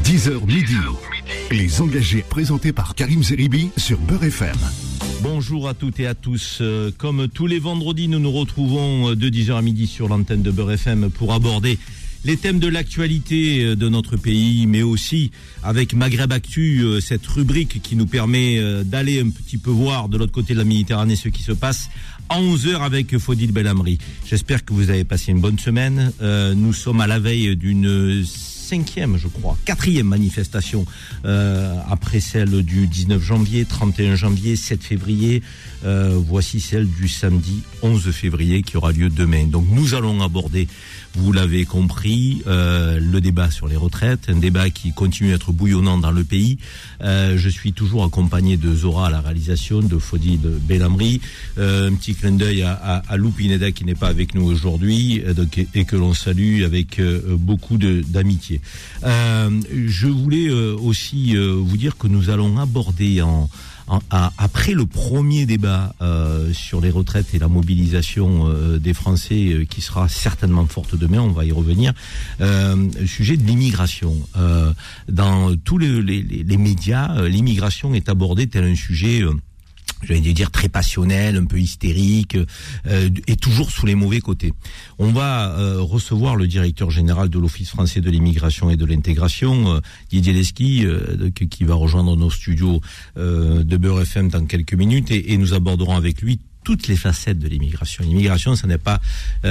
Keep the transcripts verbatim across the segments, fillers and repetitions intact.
dix heures midi. Les engagés présentés par Karim Zeribi sur Beurre F M. Bonjour à toutes et à tous. Comme tous les vendredis, nous nous retrouvons de dix heures à midi sur l'antenne de Beurre F M pour aborder les thèmes de l'actualité de notre pays, mais aussi avec Maghreb Actu, cette rubrique qui nous permet d'aller un petit peu voir de l'autre côté de la Méditerranée ce qui se passe à onze heures avec Fodil Belhamri. J'espère que vous avez passé une bonne semaine. Euh, nous sommes à la veille d'une cinquième, je crois, quatrième manifestation euh, après celle du dix-neuf janvier, trente et un janvier, sept février. Euh, voici celle du samedi onze février qui aura lieu demain. Donc nous allons aborder, vous l'avez compris, euh, le débat sur les retraites, un débat qui continue à être bouillonnant dans le pays. Euh, je suis toujours accompagné de Zora à la réalisation, de Fodil Belhamri. Euh, un petit clin d'œil à, à, à Lou Pineda qui n'est pas avec nous aujourd'hui euh, donc, et, et que l'on salue avec euh, beaucoup de, d'amitié. Euh, je voulais euh, aussi euh, vous dire que nous allons aborder en En, à, après le premier débat euh, sur les retraites et la mobilisation euh, des Français euh, qui sera certainement forte demain, on va y revenir, euh, le sujet de l'immigration. Euh, dans tous les, les, les médias, euh, l'immigration est abordée tel un sujet... Euh, j'allais dire très passionnel, un peu hystérique, euh, et toujours sous les mauvais côtés. On va euh, recevoir le directeur général de l'Office français de l'immigration et de l'intégration, euh, Didier Lesky, euh, qui va rejoindre nos studios euh, de Beurre F M dans quelques minutes, et, et nous aborderons avec lui toutes les facettes de l'immigration. L'immigration, ça n'est pas,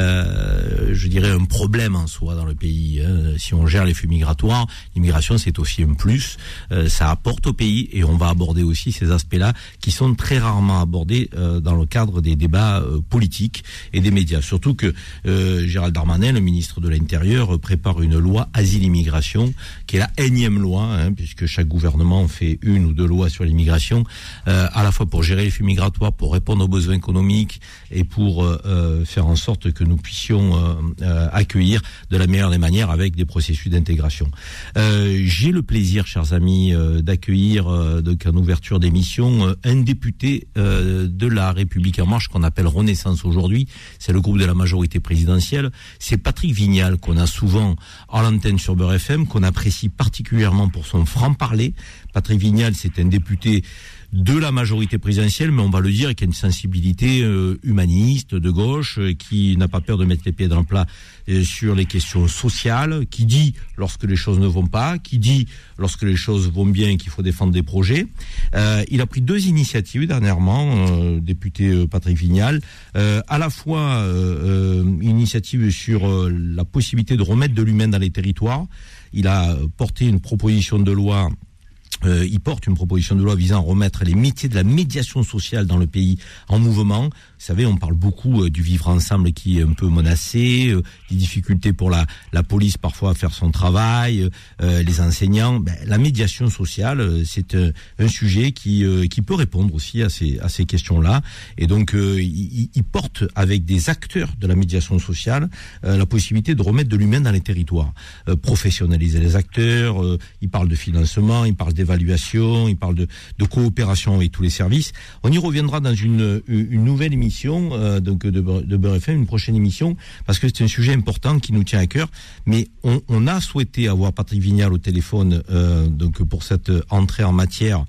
euh, je dirais, un problème en soi dans le pays. Hein. Si on gère les flux migratoires, l'immigration, c'est aussi un plus. Euh, ça apporte au pays, et on va aborder aussi ces aspects-là qui sont très rarement abordés euh, dans le cadre des débats euh, politiques et des médias. Surtout que euh, Gérald Darmanin, le ministre de l'Intérieur, prépare une loi asile-immigration, qui est la énième loi, hein, puisque chaque gouvernement fait une ou deux lois sur l'immigration, euh, à la fois pour gérer les flux migratoires, pour répondre aux besoins économique et pour euh, faire en sorte que nous puissions euh, euh, accueillir de la meilleure des manières avec des processus d'intégration. Euh, j'ai le plaisir, chers amis, euh, d'accueillir euh, donc en ouverture d'émission euh, un député euh, de la République en marche qu'on appelle Renaissance aujourd'hui. C'est le groupe de la majorité présidentielle. C'est Patrick Vignal qu'on a souvent à l'antenne sur Beurre F M, qu'on apprécie particulièrement pour son franc-parler. Patrick Vignal, c'est un député de la majorité présidentielle, mais on va le dire, qui a une sensibilité euh, humaniste, de gauche, euh, qui n'a pas peur de mettre les pieds dans le plat euh, sur les questions sociales, qui dit lorsque les choses ne vont pas, qui dit lorsque les choses vont bien qu'il faut défendre des projets. Euh, il a pris deux initiatives dernièrement, euh, député euh, Patrick Vignal, euh, à la fois euh, euh, une initiative sur euh, la possibilité de remettre de l'humain dans les territoires. Il a porté une proposition de loi Euh, il porte une proposition de loi visant à remettre les métiers de la médiation sociale dans le pays en mouvement. Vous savez, on parle beaucoup euh, du vivre ensemble qui est un peu menacé, euh, des difficultés pour la, la police parfois à faire son travail, euh, les enseignants. Ben, la médiation sociale, euh, c'est euh, un sujet qui euh, qui peut répondre aussi à ces à ces questions-là. Et donc, euh, il, il porte avec des acteurs de la médiation sociale euh, la possibilité de remettre de l'humain dans les territoires, euh, professionnaliser les acteurs. Euh, il parle de financement, il parle d'évaluation, il parle de, de coopération avec tous les services. On y reviendra dans une, une nouvelle émission euh, donc de, de Beurre F M, une prochaine émission, parce que c'est un sujet important qui nous tient à cœur. Mais on, on a souhaité avoir Patrick Vignal au téléphone euh, donc pour cette entrée en matière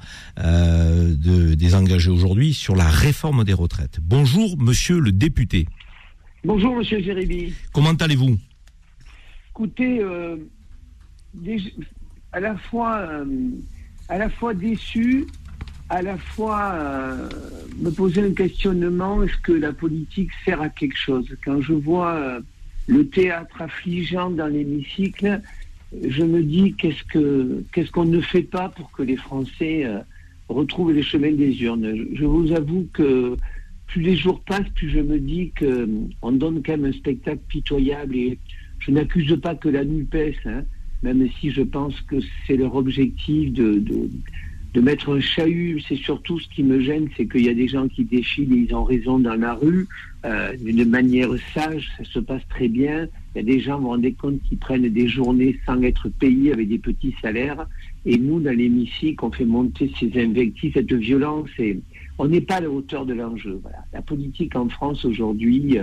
euh, de, des engagés aujourd'hui sur la réforme des retraites. Bonjour, monsieur le député. Bonjour, monsieur Zeribi. Comment allez-vous ? Écoutez, euh, des, à la fois... Euh, à la fois déçu, à la fois euh, me poser un questionnement, est-ce que la politique sert à quelque chose ? Quand je vois euh, le théâtre affligeant dans l'hémicycle, je me dis qu'est-ce que qu'est-ce qu'on ne fait pas pour que les Français euh, retrouvent les chemins des urnes. Je, je vous avoue que plus les jours passent, plus je me dis qu'on donne quand même un spectacle pitoyable, et je n'accuse pas que la NUPES, hein, même si je pense que c'est leur objectif de, de, de mettre un chahut. C'est surtout ce qui me gêne, c'est qu'il y a des gens qui défilent et ils ont raison dans la rue, euh, d'une manière sage, ça se passe très bien. Il y a des gens, vous vous rendez compte, qui prennent des journées sans être payés avec des petits salaires. Et nous, dans l'hémicycle, on fait monter ces invectives, cette violence, et on n'est pas à la hauteur de l'enjeu. Voilà. La politique en France aujourd'hui, euh,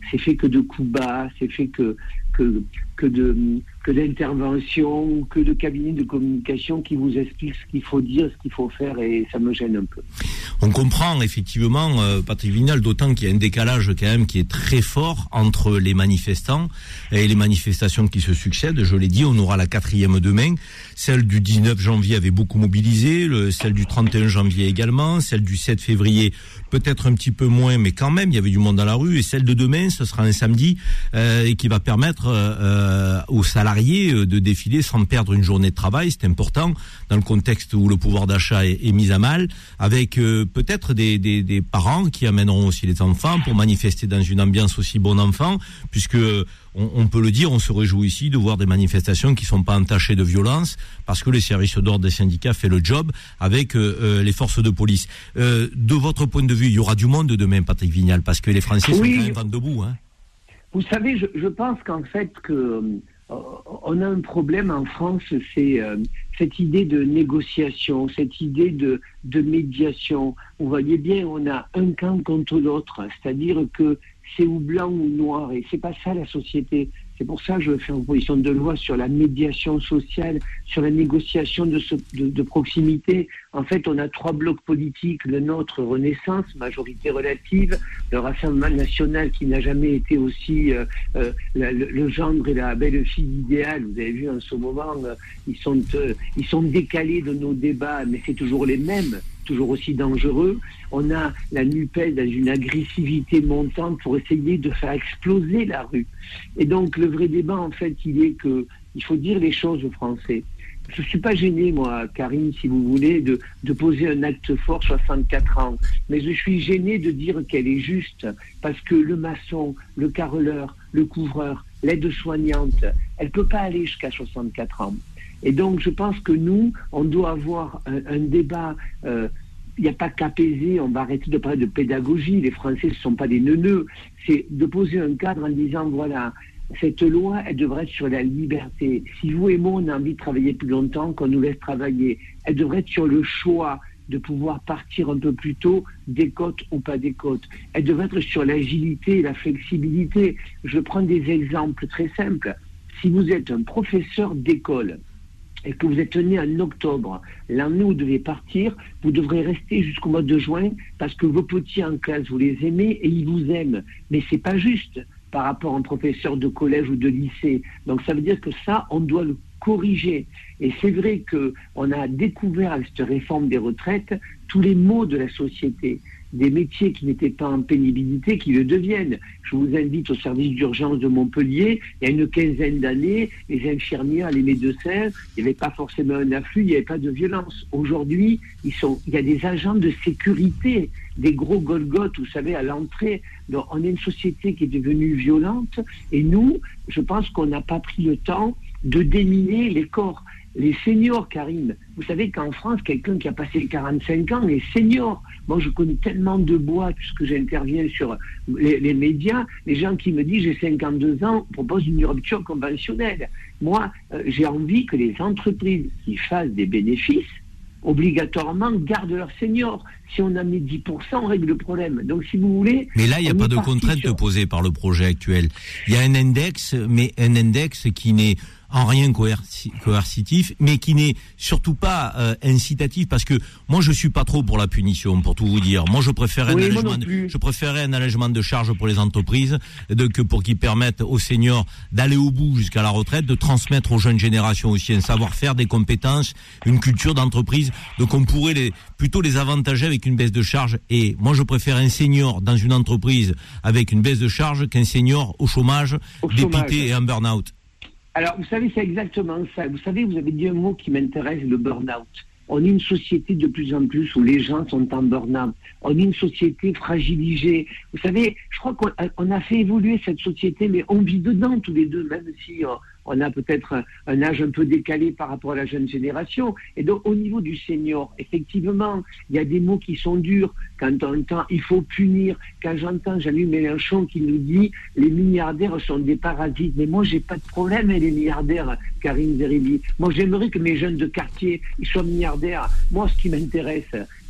c'est fait que de coups bas, c'est fait que que que de que d'interventions, que de cabinets de communication qui vous expliquent ce qu'il faut dire, ce qu'il faut faire, et ça me gêne un peu. On comprend effectivement, euh, Patrick Vignal, d'autant qu'il y a un décalage quand même qui est très fort entre les manifestants et les manifestations qui se succèdent. Je l'ai dit, on aura la quatrième demain. Celle du dix-neuf janvier avait beaucoup mobilisé, le, celle du trente et un janvier également, celle du sept février peut-être un petit peu moins, mais quand même il y avait du monde dans la rue. Et celle de demain, ce sera un samedi euh, et qui va permettre euh, aux salariés de défiler sans perdre une journée de travail. C'est important dans le contexte où le pouvoir d'achat est, est mis à mal, avec euh, peut-être des, des, des parents qui amèneront aussi les enfants pour manifester dans une ambiance aussi bon enfant, puisque on, on peut le dire, on se réjouit ici de voir des manifestations qui sont pas entachées de violence, parce que le service d'ordre des syndicats fait le job avec euh, les forces de police. Euh, de votre point de vue, il y aura du monde demain, Patrick Vignal, parce que les Français oui. sont quand même vent debout. Hein. Vous savez, je, je pense qu'en fait que euh, on a un problème en France, c'est euh, cette idée de négociation, cette idée de, de médiation. Vous voyez bien, on a un camp contre l'autre, c'est-à-dire que c'est ou blanc ou noir, et c'est pas ça la société. C'est pour ça que je fais une proposition de loi sur la médiation sociale, sur la négociation de, ce, de, de proximité. En fait, on a trois blocs politiques, le nôtre, Renaissance, majorité relative, le Rassemblement national qui n'a jamais été aussi euh, euh, la, le, le gendre et la belle-fille idéale. Vous avez vu en ce moment, euh, ils, sont, euh, ils sont décalés de nos débats, mais c'est toujours les mêmes, toujours aussi dangereux. On a la NUPES dans une agressivité montante pour essayer de faire exploser la rue. Et donc, le vrai débat, en fait, il est que il faut dire les choses aux Français. Je ne suis pas gêné, moi, Karine, si vous voulez, de, de poser un acte fort, soixante-quatre ans. Mais je suis gêné de dire qu'elle est juste, parce que le maçon, le carreleur, le couvreur, l'aide-soignante, elle ne peut pas aller jusqu'à soixante-quatre ans. Et donc, je pense que nous, on doit avoir un, un débat. Euh, il n'y a pas qu'apaiser, on va arrêter de parler de pédagogie. Les Français ne sont pas des neuneux. C'est de poser un cadre en disant, voilà, cette loi, elle devrait être sur la liberté. Si vous et moi, on a envie de travailler plus longtemps, qu'on nous laisse travailler, elle devrait être sur le choix de pouvoir partir un peu plus tôt, des côtes ou pas des côtes. Elle devrait être sur l'agilité, la flexibilité. Je prends des exemples très simples. Si vous êtes un professeur d'école, et que vous êtes né en octobre, l'année où vous devez partir, vous devrez rester jusqu'au mois de juin parce que vos petits en classe, vous les aimez et ils vous aiment. Mais c'est pas juste par rapport à un professeur de collège ou de lycée. Donc ça veut dire que ça, on doit le corriger. Et c'est vrai qu'on a découvert avec cette réforme des retraites tous les maux de la société. Des métiers qui n'étaient pas en pénibilité, qui le deviennent. Je vous invite au service d'urgence de Montpellier. Il y a une quinzaine d'années, les infirmières, les médecins, il n'y avait pas forcément un afflux, il n'y avait pas de violence. Aujourd'hui, ils sont, il y a des agents de sécurité, des gros Golgoth, vous savez, à l'entrée. Donc, on est une société qui est devenue violente. Et nous, je pense qu'on n'a pas pris le temps de déminer les corps. Les seniors, Karine, vous savez qu'en France, quelqu'un qui a passé quarante-cinq ans est senior. Moi, je connais tellement de bois, puisque j'interviens sur les, les médias, les gens qui me disent j'ai cinquante-deux ans, proposent une rupture conventionnelle. Moi, euh, j'ai envie que les entreprises qui fassent des bénéfices, obligatoirement, gardent leurs seniors. Si on en met dix pour cent, on règle le problème. Donc, si vous voulez... Mais là, il n'y a pas de contrainte sur... posée par le projet actuel. Il y a un index, mais un index qui n'est en rien coerci- coercitif, mais qui n'est surtout pas euh, incitatif, parce que moi je suis pas trop pour la punition, pour tout vous dire. Moi je préférais oui, un allègement, de, je préférais un allègement de charges pour les entreprises, de, que pour qu'ils permettent aux seniors d'aller au bout jusqu'à la retraite, de transmettre aux jeunes générations aussi un savoir-faire, des compétences, une culture d'entreprise. Donc on pourrait les, plutôt les avantager avec une baisse de charges. Et moi je préfère un senior dans une entreprise avec une baisse de charges qu'un senior au chômage, au dépité chômage. Et en burn-out. Alors, vous savez, c'est exactement ça. Vous savez, vous avez dit un mot qui m'intéresse, le burn-out. On est une société de plus en plus où les gens sont en burn-out. On est une société fragilisée. Vous savez, je crois qu'on on a fait évoluer cette société, mais on vit dedans tous les deux, même si on, on a peut-être un, un âge un peu décalé par rapport à la jeune génération. Et donc, au niveau du senior, effectivement, il y a des mots qui sont durs. Quand on entend « il faut punir », quand j'entends Jean-Luc Mélenchon qui nous dit « les milliardaires sont des parasites », mais moi, j'ai pas de problème avec les milliardaires, Karine Zeribi. Moi, j'aimerais que mes jeunes de quartier, ils soient milliardaires. Moi, ce qui m'intéresse,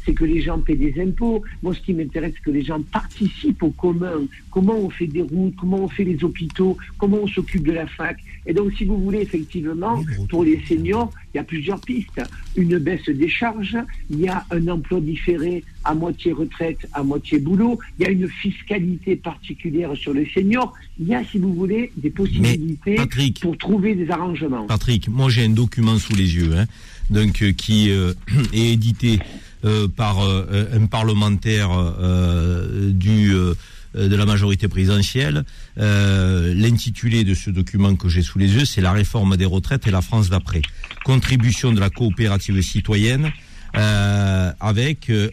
c'est que les gens paient des impôts. Moi, ce qui m'intéresse, c'est que les gens participent au commun. Comment on fait des routes, comment on fait les hôpitaux, comment on s'occupe de la fac. Et donc, si vous voulez, effectivement, pour les seniors, il y a plusieurs pistes. Une baisse des charges, il y a un emploi différé à moitié retraite, à moitié boulot, il y a une fiscalité particulière sur les seniors, il y a, si vous voulez, des possibilités Patrick, pour trouver des arrangements. Patrick, moi j'ai un document sous les yeux, hein, donc, euh, qui euh, est édité euh, par euh, un parlementaire euh, du... Euh, de la majorité présidentielle. Euh, l'intitulé de ce document que j'ai sous les yeux, c'est la réforme des retraites et la France d'après. Contribution de la coopérative citoyenne euh, avec euh,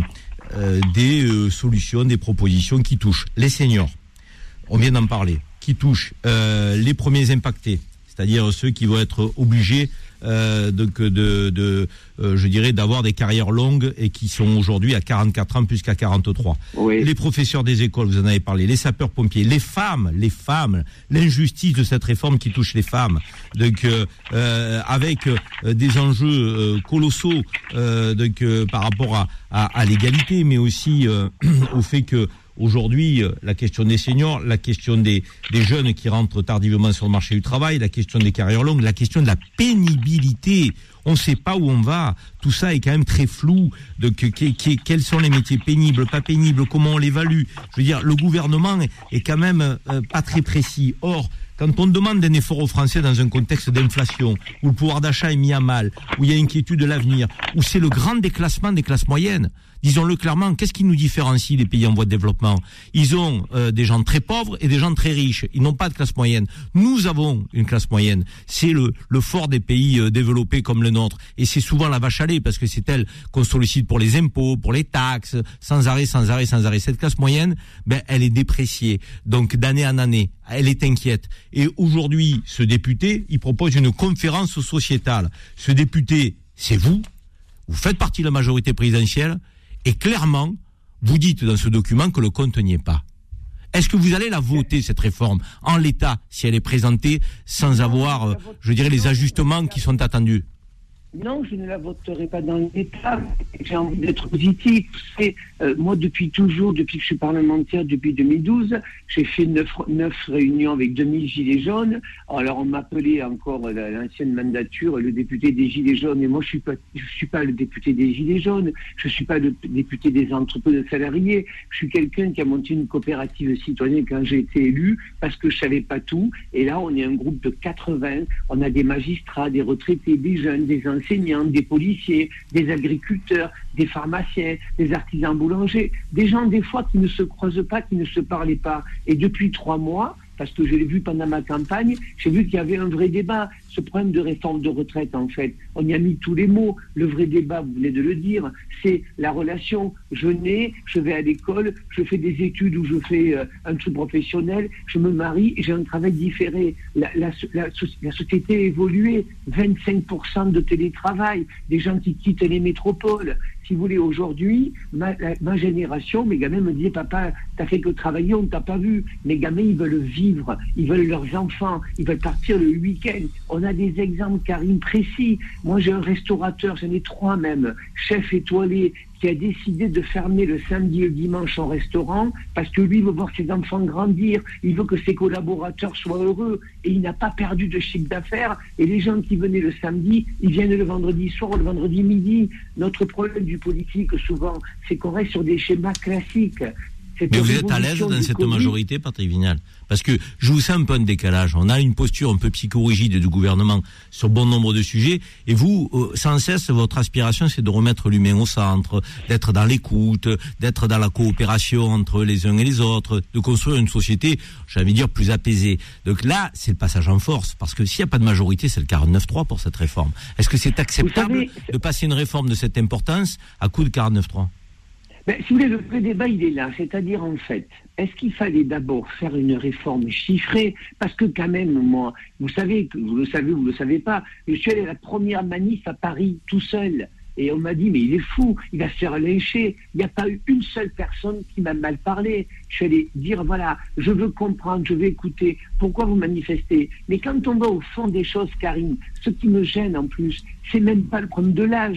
euh, des euh, solutions, des propositions qui touchent les seniors. On vient d'en parler. Qui touchent euh, les premiers impactés, c'est-à-dire ceux qui vont être obligés euh, de, de, de euh, je dirais, d'avoir des carrières longues et qui sont aujourd'hui à quarante-quatre ans plus qu'à quarante-trois. Oui. Les professeurs des écoles, vous en avez parlé, les sapeurs-pompiers, les femmes, les femmes, l'injustice de cette réforme qui touche les femmes, donc euh, euh, avec euh, des enjeux euh, colossaux euh, donc euh, par rapport à, à, à l'égalité, mais aussi euh, au fait que aujourd'hui, la question des seniors, la question des, des jeunes qui rentrent tardivement sur le marché du travail, la question des carrières longues, la question de la pénibilité. On ne sait pas où on va. Tout ça est quand même très flou. De, que, que, que, quels sont les métiers pénibles, pas pénibles, comment on l'évalue. Je veux dire, le gouvernement est quand même euh, pas très précis. Or, quand on demande un effort aux Français dans un contexte d'inflation, où le pouvoir d'achat est mis à mal, où il y a inquiétude de l'avenir, où c'est le grand déclassement des classes moyennes, disons-le clairement, qu'est-ce qui nous différencie des pays en voie de développement? Ils ont euh, des gens très pauvres et des gens très riches. Ils n'ont pas de classe moyenne. Nous avons une classe moyenne. C'est le, le fort des pays euh, développés comme le nôtre. Et c'est souvent la vache à lait, parce que c'est elle qu'on sollicite pour les impôts, pour les taxes, sans arrêt, sans arrêt, sans arrêt. Cette classe moyenne, ben, elle est dépréciée. Donc, d'année en année, elle est inquiète. Et aujourd'hui, ce député, il propose une conférence sociétale. Ce député, c'est vous. Vous faites partie de la majorité présidentielle. Et clairement, vous dites dans ce document que le compte n'y est pas. Est-ce que vous allez la voter, cette réforme, en l'état, si elle est présentée, sans avoir, je dirais, les ajustements qui sont attendus? Non, je ne la voterai pas dans l'État. J'ai envie d'être positif. C'est, euh, moi, depuis toujours, depuis que je suis parlementaire, depuis deux mille douze, j'ai fait neuf, neuf réunions avec deux mille gilets jaunes. Alors, on m'appelait encore euh, l'ancienne mandature le député des gilets jaunes. Et moi, je suis pas, je suis pas le député des gilets jaunes. Je suis pas le député des entreprises de salariés. Je suis quelqu'un qui a monté une coopérative citoyenne quand j'ai été élu, parce que je savais pas tout. Et là, on est un groupe de quatre-vingts. On a des magistrats, des retraités, des jeunes, des anciens, enseignants, des policiers, des agriculteurs, des pharmaciens, des artisans boulangers, des gens des fois qui ne se croisent pas, qui ne se parlaient pas. Et depuis trois mois, parce que je l'ai vu pendant ma campagne, j'ai vu qu'il y avait un vrai débat. Ce problème de réforme de retraite, en fait, on y a mis tous les mots. Le vrai débat, vous venez de le dire, c'est la relation. Je nais, je vais à l'école, je fais des études ou je fais euh, un truc professionnel, je me marie et j'ai un travail différé. La, la, la, la société a évolué. vingt-cinq pour cent de télétravail, des gens qui quittent les métropoles. Si vous voulez, aujourd'hui, ma, la, ma génération, mes gamins me disaient, papa, t'as fait que travailler, on ne t'a pas vu. Mes gamins, ils veulent vivre, ils veulent leurs enfants, ils veulent partir le week-end. On a des exemples, Karim, précis. Moi, j'ai un restaurateur, j'en ai trois même, chef étoilé, qui a décidé de fermer le samedi et le dimanche en restaurant parce que lui veut voir ses enfants grandir, il veut que ses collaborateurs soient heureux et il n'a pas perdu de chiffre d'affaires. Et les gens qui venaient le samedi, ils viennent le vendredi soir ou le vendredi midi. Notre problème du politique, souvent, c'est qu'on reste sur des schémas classiques. Mais vous êtes à l'aise dans cette Covid. Majorité, Patrick Vignal? Parce que je vous sens un peu un décalage. On a une posture un peu psychorigide du gouvernement sur bon nombre de sujets. Et vous, euh, sans cesse, votre aspiration, c'est de remettre l'humain au centre, d'être dans l'écoute, d'être dans la coopération entre les uns et les autres, de construire une société, j'ai envie de dire, plus apaisée. Donc là, c'est le passage en force. Parce que s'il n'y a pas de majorité, c'est le quarante-neuf trois pour cette réforme. Est-ce que c'est acceptable savez, de passer une réforme de cette importance à coup de quarante-neuf trois? Ben, si vous voulez, le vrai débat, il est là. C'est-à-dire, en fait, est-ce qu'il fallait d'abord faire une réforme chiffrée? Parce que quand même, moi, vous savez, vous le savez ou vous le savez pas, je suis allé à la première manif à Paris tout seul. Et on m'a dit, mais il est fou, il va se faire lyncher. Il n'y a pas eu une seule personne qui m'a mal parlé. Je suis allé dire, voilà, je veux comprendre, je veux écouter. Pourquoi vous manifestez? Mais quand on va au fond des choses, Karim, ce qui me gêne en plus, c'est même pas le problème de l'âge.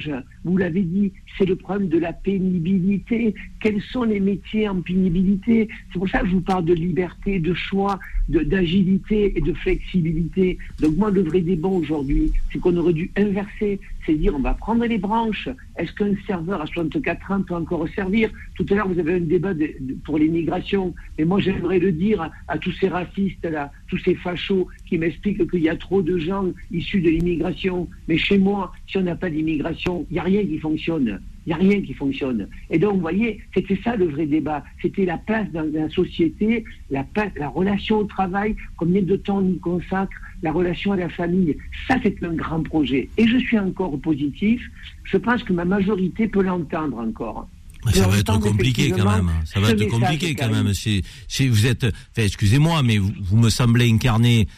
vous l'avez dit, c'est le problème de la pénibilité. Quels sont les métiers en pénibilité? C'est pour ça que je vous parle de liberté, de choix, de, d'agilité et de flexibilité. Donc moi, le vrai débat aujourd'hui, c'est qu'on aurait dû inverser, c'est dire on va prendre les branches. Est-ce qu'un serveur à soixante-quatre ans peut encore servir? Tout à l'heure, vous avez un débat de, de, pour l'immigration, et moi j'aimerais le dire à, à tous ces racistes-là, tous ces fachos qui m'expliquent qu'il y a trop de gens issus de l'immigration. Mais chez moi, si on n'a pas d'immigration, il n'y a rien qui fonctionne. Il n'y a rien qui fonctionne. Et donc, vous voyez, c'était ça le vrai débat. C'était la place dans la société, la, la relation au travail, combien de temps on y consacre, la relation à la famille. Ça, c'est un grand projet. Et je suis encore positif. Je pense que ma majorité peut l'entendre encore. Mais ça va être compliqué quand même. Ça va être compliqué quand même. C'est, c'est, vous êtes, enfin, excusez-moi, mais vous, vous me semblez incarner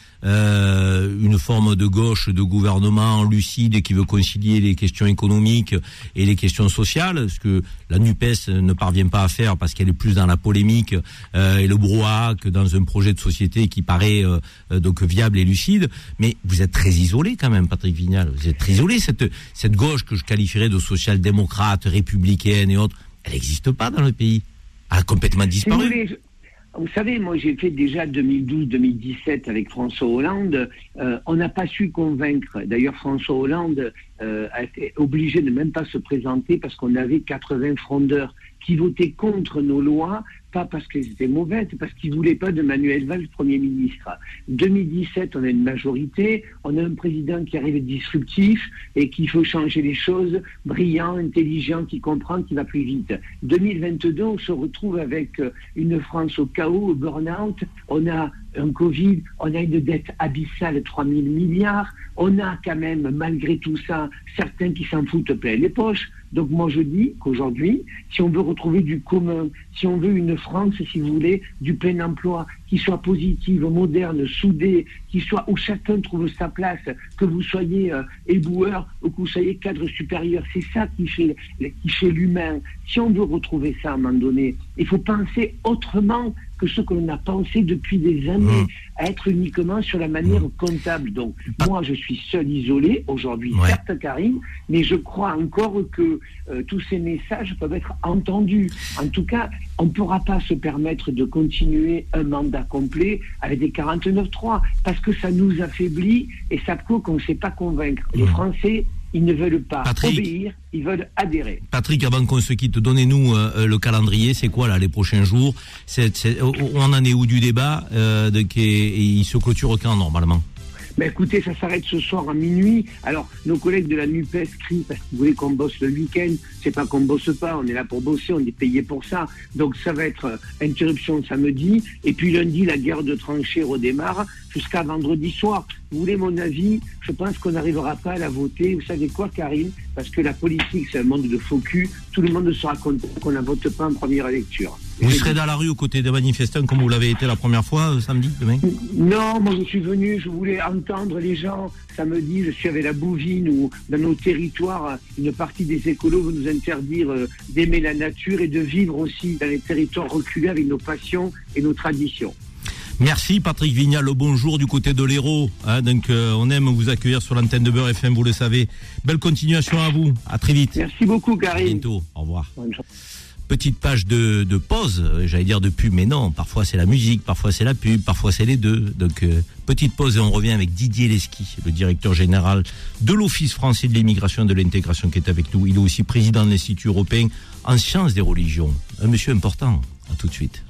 euh, une forme de gauche, de gouvernement lucide qui veut concilier les questions économiques et les questions sociales, ce que la NUPES ne parvient pas à faire parce qu'elle est plus dans la polémique euh, et le brouhaha que dans un projet de société qui paraît euh, donc viable et lucide. Mais vous êtes très isolé quand même, Patrick Vignal. Vous êtes très isolé, cette, cette gauche que je qualifierais de social-démocrate, républicaine et autres. Elle n'existe pas dans le pays. Elle a complètement disparu. Si vous, voulez, je, vous savez, moi j'ai fait déjà deux mille douze deux mille dix-sept avec François Hollande. Euh, on n'a pas su convaincre. D'ailleurs, François Hollande euh, a été obligé de même pas se présenter parce qu'on avait quatre-vingts frondeurs qui votaient contre nos lois, pas parce qu'elles étaient mauvaises, parce qu'ils ne voulaient pas de Manuel Valls Premier ministre. deux mille dix-sept, on a une majorité, on a un président qui arrive disruptif et qui faut changer les choses, brillant, intelligent, qui comprend, qui va plus vite. deux mille vingt-deux, on se retrouve avec une France au chaos, au burn-out, on a un Covid, on a une dette abyssale de trois mille milliards, on a quand même, malgré tout ça, certains qui s'en foutent plein les poches. Donc moi je dis qu'aujourd'hui, si on veut retrouver du commun, si on veut une France, si vous voulez, du plein emploi, qui soit positive, moderne, soudée, qui soit où chacun trouve sa place, que vous soyez euh, éboueur ou que vous soyez cadre supérieur, c'est ça qui fait, qui fait l'humain. Si on veut retrouver ça à un moment donné, il faut penser autrement que ce que l'on a pensé depuis des années, mmh. à être uniquement sur la manière mmh. comptable. Donc, ah. moi, je suis seul, isolé, aujourd'hui, ouais. certes, Karim, mais je crois encore que euh, tous ces messages peuvent être entendus. En tout cas, on ne pourra pas se permettre de continuer un mandat complet avec des quarante-neuf trois, parce que ça nous affaiblit et ça prouve qu'on ne sait pas convaincre. Mmh. Les Français, ils ne veulent pas Patrick, obéir, ils veulent adhérer. Patrick, avant qu'on se quitte, donnez-nous euh, le calendrier, c'est quoi là les prochains jours? c'est, c'est, On en est où du débat euh, de, et, et il se clôture quand normalement? Ben écoutez, ça s'arrête ce soir à minuit. Alors, nos collègues de la NUPES crient parce qu'ils voulaient qu'on bosse le week-end. C'est pas qu'on bosse pas, on est là pour bosser, on est payé pour ça. Donc ça va être euh, interruption samedi. Et puis lundi, la guerre de tranchées redémarre jusqu'à vendredi soir. Vous voulez mon avis? Je pense qu'on n'arrivera pas à la voter. Vous savez quoi, Karine? Parce que la politique, c'est un monde de faux cul. Tout le monde sera content qu'on ne la vote pas en première lecture. Vous serez dans la rue aux côtés des manifestants comme vous l'avez été la première fois euh, samedi, demain? Non, moi je suis venu, je voulais entendre les gens. Samedi, je suis avec la Bouvine où dans nos territoires, une partie des écolos veut nous interdire euh, d'aimer la nature et de vivre aussi dans les territoires reculés avec nos passions et nos traditions. Merci Patrick Vignal, le bonjour du côté de l'Hérault. Hein, donc euh, on aime vous accueillir sur l'antenne de Beurre F M, vous le savez. Belle continuation à vous, à très vite. Merci beaucoup Karine. À bientôt, au revoir. Bonjour. Petite page de, de pause, j'allais dire de pub, mais non, parfois c'est la musique, parfois c'est la pub, parfois c'est les deux. Donc euh, petite pause et on revient avec Didier Lesky, le directeur général de l'Office français de l'immigration et de l'intégration qui est avec nous. Il est aussi président de l'Institut européen en sciences des religions. Un monsieur important, à tout de suite.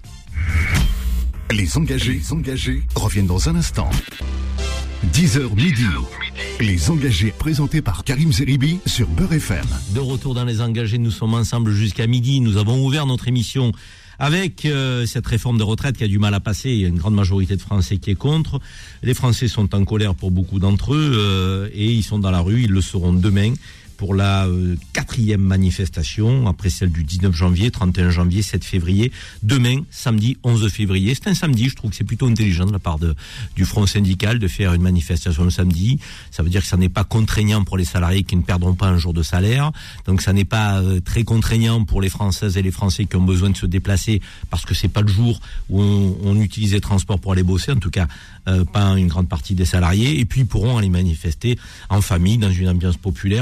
Les engagés, les engagés reviennent dans un instant. dix heures midi. Les engagés présentés par Karim Zeribi sur Beurre F M. De retour dans les engagés, nous sommes ensemble jusqu'à midi. Nous avons ouvert notre émission avec euh, cette réforme de retraite qui a du mal à passer. Il y a une grande majorité de Français qui est contre. Les Français sont en colère pour beaucoup d'entre eux euh, et ils sont dans la rue. Ils le seront demain pour la euh, quatrième manifestation, après celle du dix-neuf janvier, trente et un janvier, sept février. Demain, samedi onze février. C'est un samedi, je trouve que c'est plutôt intelligent de la part de, du front syndical de faire une manifestation le samedi. Ça veut dire que ça n'est pas contraignant pour les salariés qui ne perdront pas un jour de salaire. Donc ça n'est pas euh, très contraignant pour les Françaises et les Français qui ont besoin de se déplacer parce que c'est pas le jour où on, on utilise les transports pour aller bosser. En tout cas, euh, pas une grande partie des salariés. Et puis ils pourront aller manifester en famille, dans une ambiance populaire, puisqu'on a vu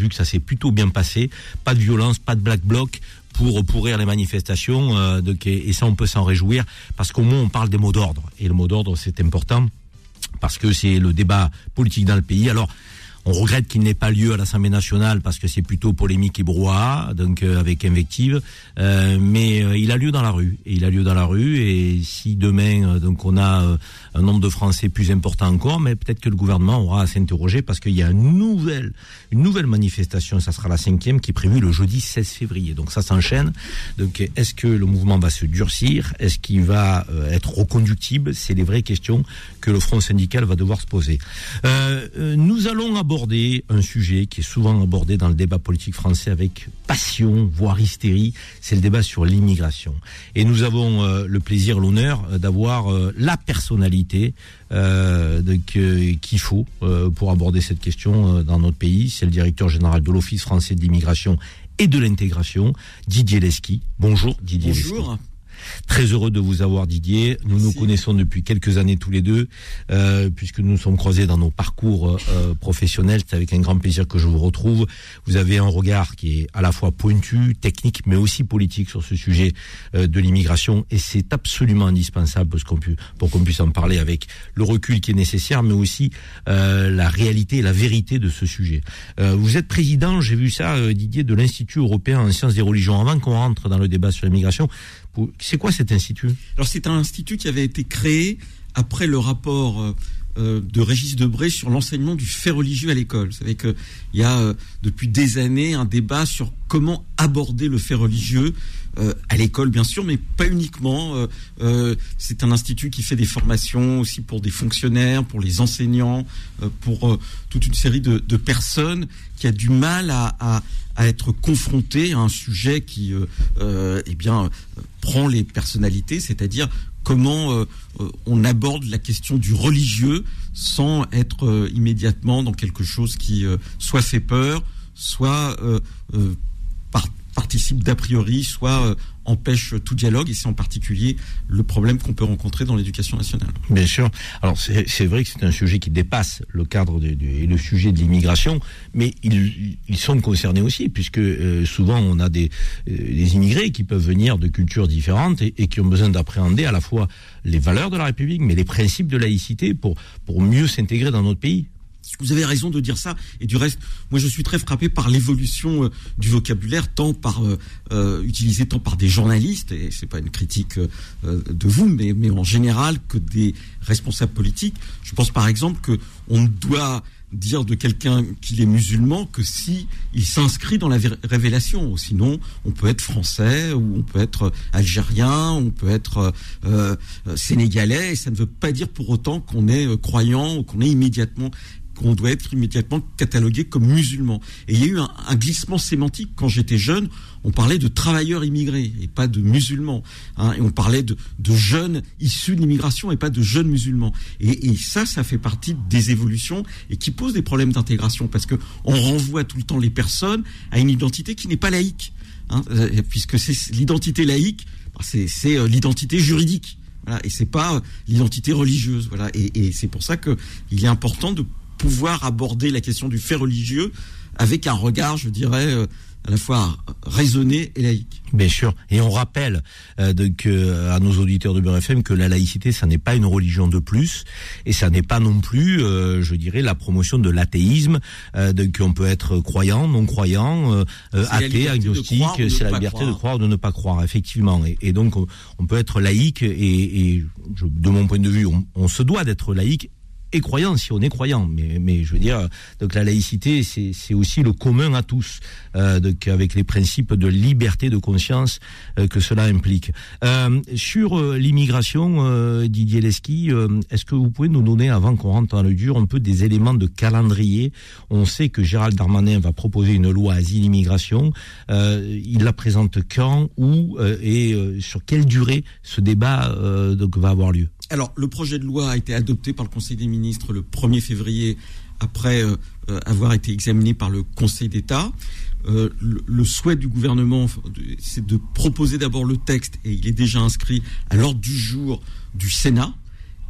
vu que ça s'est plutôt bien passé. Pas de violence, pas de black bloc pour pourrir les manifestations. Euh, donc, et ça, on peut s'en réjouir parce qu'au moins, on parle des mots d'ordre. Et le mot d'ordre, c'est important parce que c'est le débat politique dans le pays. Alors, on regrette qu'il n'ait pas lieu à l'Assemblée nationale parce que c'est plutôt polémique et brouhaha, donc euh, avec invective. Euh, mais euh, il a lieu dans la rue. Et il a lieu dans la rue. Et si demain, euh, donc on a euh, un nombre de Français plus important encore, mais peut-être que le gouvernement aura à s'interroger parce qu'il y a une nouvelle, une nouvelle manifestation. Ça sera la cinquième qui est prévue le jeudi seize février. Donc ça s'enchaîne. Donc est-ce que le mouvement va se durcir? Est-ce qu'il va euh, être reconductible? C'est les vraies questions que le front syndical va devoir se poser. Euh, euh, nous allons aborder un sujet qui est souvent abordé dans le débat politique français avec passion, voire hystérie, c'est le débat sur l'immigration. Et nous avons euh, le plaisir, l'honneur euh, d'avoir euh, la personnalité euh, de, que, qu'il faut euh, pour aborder cette question euh, dans notre pays. C'est le directeur général de l'Office français de l'immigration et de l'intégration, Didier Leschi. Bonjour Didier Leschi. Bonjour. Très heureux de vous avoir, Didier. Nous Merci. Nous connaissons depuis quelques années tous les deux, euh, puisque nous nous sommes croisés dans nos parcours euh, professionnels. C'est avec un grand plaisir que je vous retrouve. Vous avez un regard qui est à la fois pointu, technique, mais aussi politique sur ce sujet euh, de l'immigration, et c'est absolument indispensable pour qu'on, pu, pour qu'on puisse en parler avec le recul qui est nécessaire, mais aussi euh, la réalité et la vérité de ce sujet. Euh, vous êtes président, j'ai vu ça, euh, Didier, de l'Institut européen en sciences des religions. Avant qu'on rentre dans le débat sur l'immigration, c'est quoi cet institut? Alors c'est un institut qui avait été créé après le rapport euh, de Régis Debray sur l'enseignement du fait religieux à l'école. Vous savez qu'il y a euh, depuis des années un débat sur comment aborder le fait religieux euh, à l'école, bien sûr, mais pas uniquement. Euh, euh, c'est un institut qui fait des formations aussi pour des fonctionnaires, pour les enseignants, euh, pour euh, toute une série de, de personnes qui a du mal à, à, à être confronté à un sujet qui, euh, euh, eh bien, euh, prend les personnalités, c'est-à-dire comment euh, on aborde la question du religieux sans être euh, immédiatement dans quelque chose qui euh, soit fait peur, soit euh, euh, par, participe d'a priori, soit euh, empêche tout dialogue, et c'est en particulier le problème qu'on peut rencontrer dans l'éducation nationale. Bien sûr. Alors c'est, c'est vrai que c'est un sujet qui dépasse le cadre de, de, et le sujet de l'immigration, mais ils, ils sont concernés aussi, puisque euh, souvent on a des, euh, des immigrés qui peuvent venir de cultures différentes et, et qui ont besoin d'appréhender à la fois les valeurs de la République, mais les principes de laïcité pour, pour mieux s'intégrer dans notre pays. Vous avez raison de dire ça. Et du reste, moi je suis très frappé par l'évolution euh, du vocabulaire, tant par euh, euh, utilisé tant par des journalistes, et c'est pas une critique euh, de vous, mais, mais en général, que des responsables politiques. Je pense par exemple que on doit dire de quelqu'un qu'il est musulman que si il s'inscrit dans la vé- révélation. Sinon, on peut être français, ou on peut être algérien, on peut être euh, euh, sénégalais, et ça ne veut pas dire pour autant qu'on est euh, croyant ou qu'on est immédiatement qu'on doit être immédiatement catalogué comme musulman. Et il y a eu un, un glissement sémantique. Quand j'étais jeune, on parlait de travailleurs immigrés et pas de musulmans. Hein, et on parlait de, de jeunes issus de l'immigration et pas de jeunes musulmans. Et, et ça, ça fait partie des évolutions et qui posent des problèmes d'intégration, parce que on renvoie tout le temps les personnes à une identité qui n'est pas laïque. Hein, puisque c'est l'identité laïque, c'est, c'est l'identité juridique. Voilà, et c'est pas l'identité religieuse. Voilà, et, et c'est pour ça que il est important de pouvoir aborder la question du fait religieux avec un regard, je dirais, euh, à la fois raisonné et laïque. Bien sûr. Et on rappelle euh, donc, euh, à nos auditeurs de Beurre F M que la laïcité, ça n'est pas une religion de plus, et ça n'est pas non plus, euh, je dirais, la promotion de l'athéisme. Euh, donc on peut être croyant, non croyant, euh, athée, agnostique. C'est la liberté de croire ou de ne pas croire, effectivement. Et, et donc on, on peut être laïque, et, et je, de mon point de vue, on, on se doit d'être laïque et croyant si on est croyant, mais mais je veux dire, donc la laïcité, c'est c'est aussi le commun à tous, euh, donc avec les principes de liberté de conscience euh, que cela implique. Euh, sur euh, l'immigration, euh, Didier Leschi, euh, est-ce que vous pouvez nous donner, avant qu'on rentre dans le dur, un peu des éléments de calendrier? On sait que Gérald Darmanin va proposer une loi asile-immigration. Euh, il la présente quand, où euh, et euh, sur quelle durée ce débat euh, donc va avoir lieu? Alors, le projet de loi a été adopté par le Conseil des ministres le premier février, après euh, avoir été examiné par le Conseil d'État. Euh, le, le souhait du gouvernement, c'est de proposer d'abord le texte, et il est déjà inscrit à l'ordre du jour du Sénat.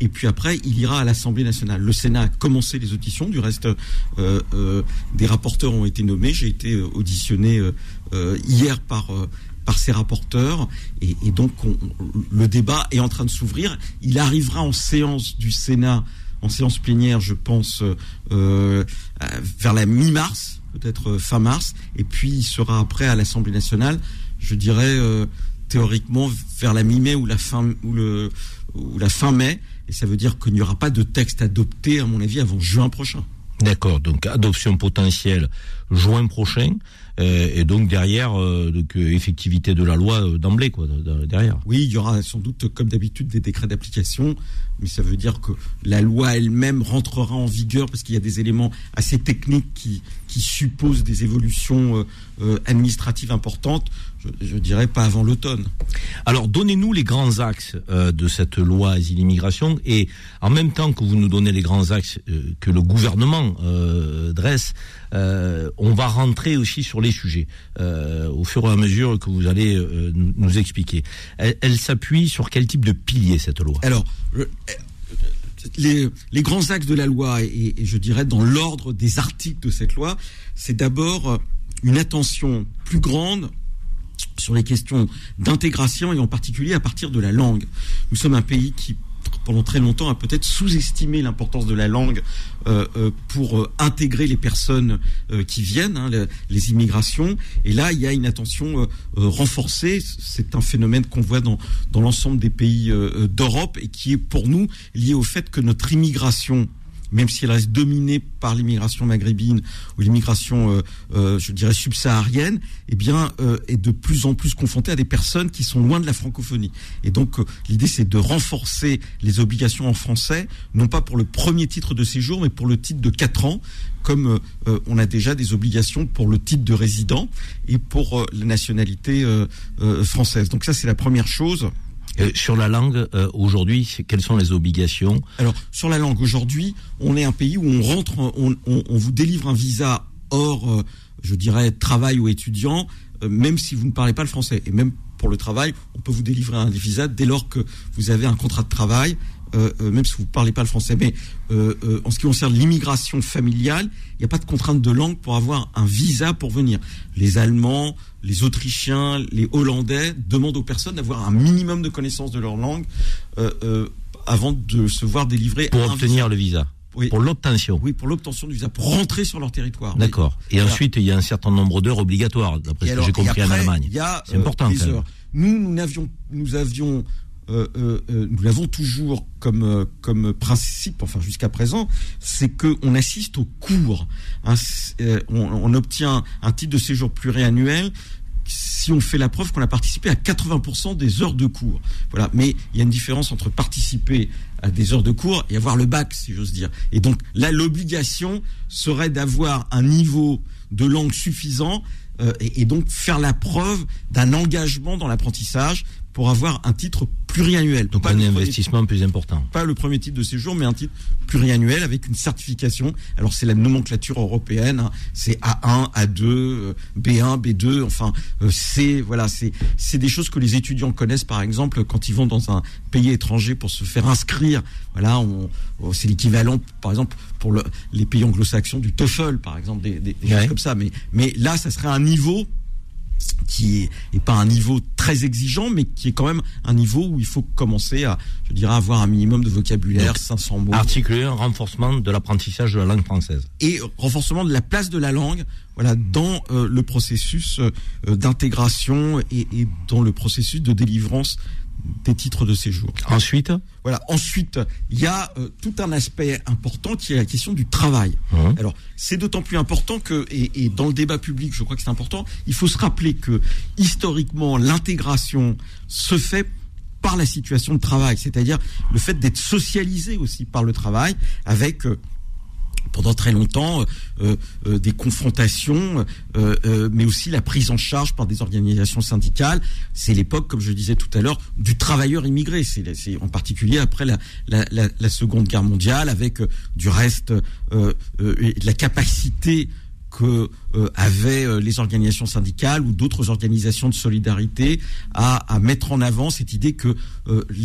et puis après, il ira à l'Assemblée nationale. Le Sénat a commencé les auditions, du reste, euh, euh, des rapporteurs ont été nommés. J'ai été auditionné euh, euh, hier par... Euh, par ses rapporteurs, et, et donc on, le débat est en train de s'ouvrir. Il arrivera en séance du Sénat, en séance plénière, je pense, euh, vers la mi-mars, peut-être fin mars, et puis il sera après à l'Assemblée nationale, je dirais euh, théoriquement vers la mi-mai ou la fin ou le ou la fin mai, et ça veut dire qu'il n'y aura pas de texte adopté, à mon avis, avant juin prochain. D'accord, donc adoption potentielle juin prochain, euh, et donc derrière, euh, donc, euh, effectivité de la loi euh, d'emblée, quoi, derrière. Oui, il y aura sans doute, comme d'habitude, des décrets d'application, mais ça veut dire que la loi elle-même rentrera en vigueur, parce qu'il y a des éléments assez techniques qui, qui supposent des évolutions euh, euh, administratives importantes, je, je dirais pas avant l'automne. Alors, donnez-nous les grands axes euh, de cette loi Asile-Immigration, et en même temps que vous nous donnez les grands axes euh, que le gouvernement euh, dresse, euh, on va rentrer aussi sur les sujets euh, au fur et à mesure que vous allez euh, nous, nous expliquer. Elle, elle s'appuie sur quel type de pilier, cette loi ? Alors, le, les, les grands axes de la loi, et, et je dirais dans l'ordre des articles de cette loi, c'est d'abord une attention plus grande sur les questions d'intégration, et en particulier à partir de la langue. Nous sommes un pays qui, pendant très longtemps, a peut-être sous-estimé l'importance de la langue euh, euh, pour euh, intégrer les personnes euh, qui viennent, hein, les, les immigrations. Et là, il y a une attention euh, euh, renforcée. C'est un phénomène qu'on voit dans, dans l'ensemble des pays euh, d'Europe, et qui est pour nous lié au fait que notre immigration, même si elle reste dominée par l'immigration maghrébine ou l'immigration, euh, euh, je dirais, subsaharienne, eh bien, euh, est de plus en plus confrontée à des personnes qui sont loin de la francophonie. Et donc, euh, l'idée, c'est de renforcer les obligations en français, non pas pour le premier titre de séjour, mais pour le titre de quatre ans, comme euh, on a déjà des obligations pour le titre de résident et pour euh, la nationalité euh, euh, française. Donc ça, c'est la première chose. Euh, sur la langue, euh, aujourd'hui, quelles sont les obligations ? Alors, sur la langue, aujourd'hui, on est un pays où on rentre, on, on, on vous délivre un visa hors, euh, je dirais, travail ou étudiant, euh, même si vous ne parlez pas le français. Et même pour le travail, on peut vous délivrer un visa dès lors que vous avez un contrat de travail, euh, euh, même si vous ne parlez pas le français. Mais euh, euh, en ce qui concerne l'immigration familiale, il n'y a pas de contrainte de langue pour avoir un visa pour venir. Les Allemands, les Autrichiens, les Hollandais demandent aux personnes d'avoir un minimum de connaissances de leur langue euh, euh, avant de se voir délivrer pour un obtenir visa. le visa. Oui. Pour l'obtention. Oui, pour l'obtention du visa, pour rentrer sur leur territoire. D'accord. Oui. Et voilà. Ensuite, il y a un certain nombre d'heures obligatoires, d'après et ce alors, que j'ai compris après, en Allemagne. Il y a, c'est important. Euh, heures. Nous, nous n'avions, nous avions, euh, euh, nous l'avons toujours comme euh, comme principe, enfin jusqu'à présent, c'est que on assiste aux cours. Hein, euh, on, on obtient un titre de séjour pluriannuel si on fait la preuve qu'on a participé à quatre-vingts pour cent des heures de cours. Voilà. Mais il y a une différence entre participer à des heures de cours et avoir le bac, si j'ose dire. Et donc là, l'obligation serait d'avoir un niveau de langue suffisant euh, et, et donc faire la preuve d'un engagement dans l'apprentissage pour avoir un titre pluriannuel. Donc pas un investissement plus important. Pas le premier titre de séjour, mais un titre pluriannuel avec une certification. Alors c'est la nomenclature européenne, hein. C'est A un, A deux, B un, B deux, enfin euh, c'est voilà, c'est c'est des choses que les étudiants connaissent par exemple quand ils vont dans un pays étranger pour se faire inscrire. Voilà, on, c'est l'équivalent par exemple pour le, les pays anglo-saxons du TOEFL par exemple, des, des, des ouais. choses comme ça. Mais mais là, ça serait un niveau qui est, est pas un niveau très exigeant, mais qui est quand même un niveau où il faut commencer à, je dirais, avoir un minimum de vocabulaire, donc, cinq cents mots. Articuler un renforcement de l'apprentissage de la langue française. Et renforcement de la place de la langue, voilà, dans euh, le processus euh, d'intégration et, et dans le processus de délivrance des titres de séjour. Ensuite, voilà. Ensuite, il y a euh, tout un aspect important qui est la question du travail. Mmh. Alors, c'est d'autant plus important que, et, et dans le débat public, je crois que c'est important, il faut se rappeler que historiquement, l'intégration se fait par la situation de travail, c'est-à-dire le fait d'être socialisé aussi par le travail, avec euh, pendant très longtemps euh, euh, des confrontations, euh, euh, mais aussi la prise en charge par des organisations syndicales. C'est l'époque, comme je disais tout à l'heure, du travailleur immigré. C'est, c'est en particulier après la, la, la, la Seconde Guerre mondiale, avec euh, du reste euh, euh, la capacité que euh, avaient euh, les organisations syndicales ou d'autres organisations de solidarité à, à mettre en avant cette idée que euh, les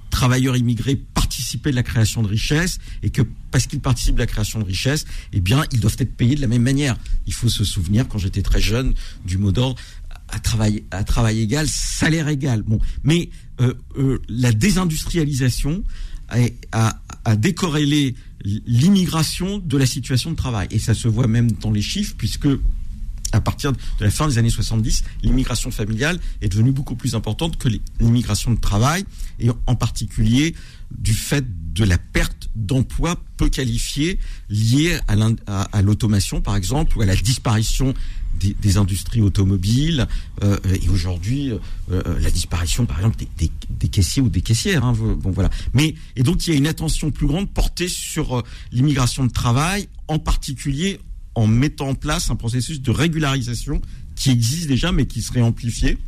travailleurs immigrés participaient de la création de richesse et que parce qu'ils participent de la création de richesse, eh bien, ils doivent être payés de la même manière. Il faut se souvenir, quand j'étais très jeune, du mot d'ordre à travail, à travail égal, salaire égal. Bon, mais euh, euh, la désindustrialisation a, a, a décorrélé l'immigration de la situation de travail. Et ça se voit même dans les chiffres, puisque à partir de la fin des années soixante-dix, l'immigration familiale est devenue beaucoup plus importante que l'immigration de travail, et en particulier du fait de la perte d'emplois peu qualifiés liés à, à, à l'automation, par exemple, ou à la disparition des, des industries automobiles, euh, et aujourd'hui, euh, la disparition, par exemple, des, des, des caissiers ou des caissières. Hein, bon, voilà. Mais, et donc, il y a une attention plus grande portée sur euh, l'immigration de travail, en particulier en mettant en place un processus de régularisation qui existe déjà, mais qui serait amplifié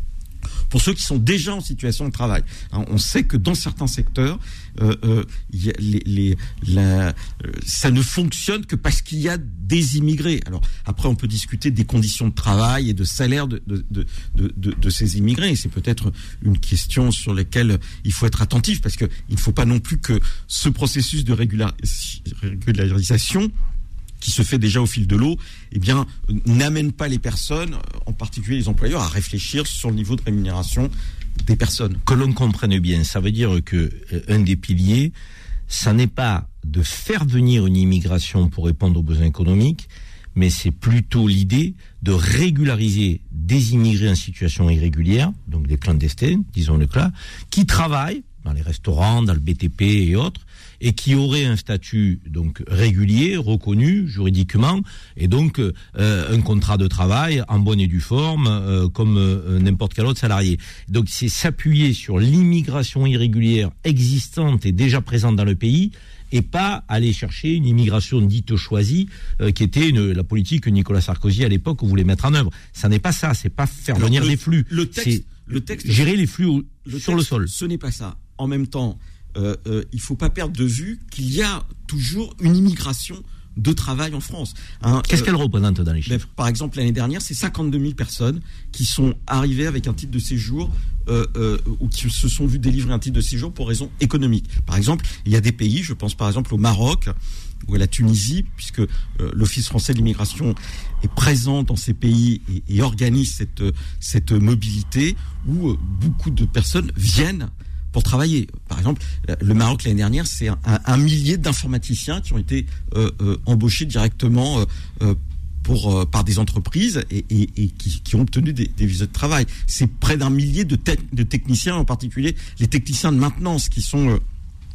pour ceux qui sont déjà en situation de travail. Hein, on sait que dans certains secteurs, euh, euh, y a les, les, la, euh, ça ne fonctionne que parce qu'il y a des immigrés. Alors après, on peut discuter des conditions de travail et de salaire de, de, de, de, de, de ces immigrés. Et c'est peut-être une question sur laquelle il faut être attentif, parce qu'il ne faut pas non plus que ce processus de régula- régularisation qui se fait déjà au fil de l'eau, eh bien, n'amène pas les personnes, en particulier les employeurs, à réfléchir sur le niveau de rémunération des personnes. Que l'on comprenne bien, ça veut dire que euh, un des piliers, ça n'est pas de faire venir une immigration pour répondre aux besoins économiques, mais c'est plutôt l'idée de régulariser des immigrés en situation irrégulière, donc des clandestins, disons-le là, qui travaillent dans les restaurants, dans le B T P et autres, et qui auraient un statut donc régulier, reconnu juridiquement, et donc euh, un contrat de travail en bonne et due forme, euh, comme euh, n'importe quel autre salarié. Donc c'est s'appuyer sur l'immigration irrégulière existante et déjà présente dans le pays, et pas aller chercher une immigration dite choisie, euh, qui était une, la politique que Nicolas Sarkozy à l'époque voulait mettre en œuvre. Ça n'est pas ça, c'est pas faire Alors, venir le, des flux, le texte, c'est le texte, gérer les flux au, le sur texte, le sol. Ce n'est pas ça. En même temps, euh, euh, il faut pas perdre de vue qu'il y a toujours une immigration de travail en France. Hein, Qu'est-ce euh, qu'elle représente dans les chiffres ? Par exemple, l'année dernière, c'est cinquante-deux mille personnes qui sont arrivées avec un titre de séjour euh, euh, ou qui se sont vues délivrer un titre de séjour pour raisons économiques. Par exemple, il y a des pays, je pense par exemple au Maroc ou à la Tunisie, puisque euh, l'Office français de l'immigration est présent dans ces pays et, et organise cette, cette mobilité où euh, beaucoup de personnes viennent pour travailler. Par exemple, le Maroc l'année dernière, c'est un, un, un millier d'informaticiens qui ont été euh, euh, embauchés directement euh, euh, pour, euh, par des entreprises et, et, et qui, qui ont obtenu des, des visas de travail. C'est près d'un millier de, te- de techniciens, en particulier les techniciens de maintenance, qui sont euh,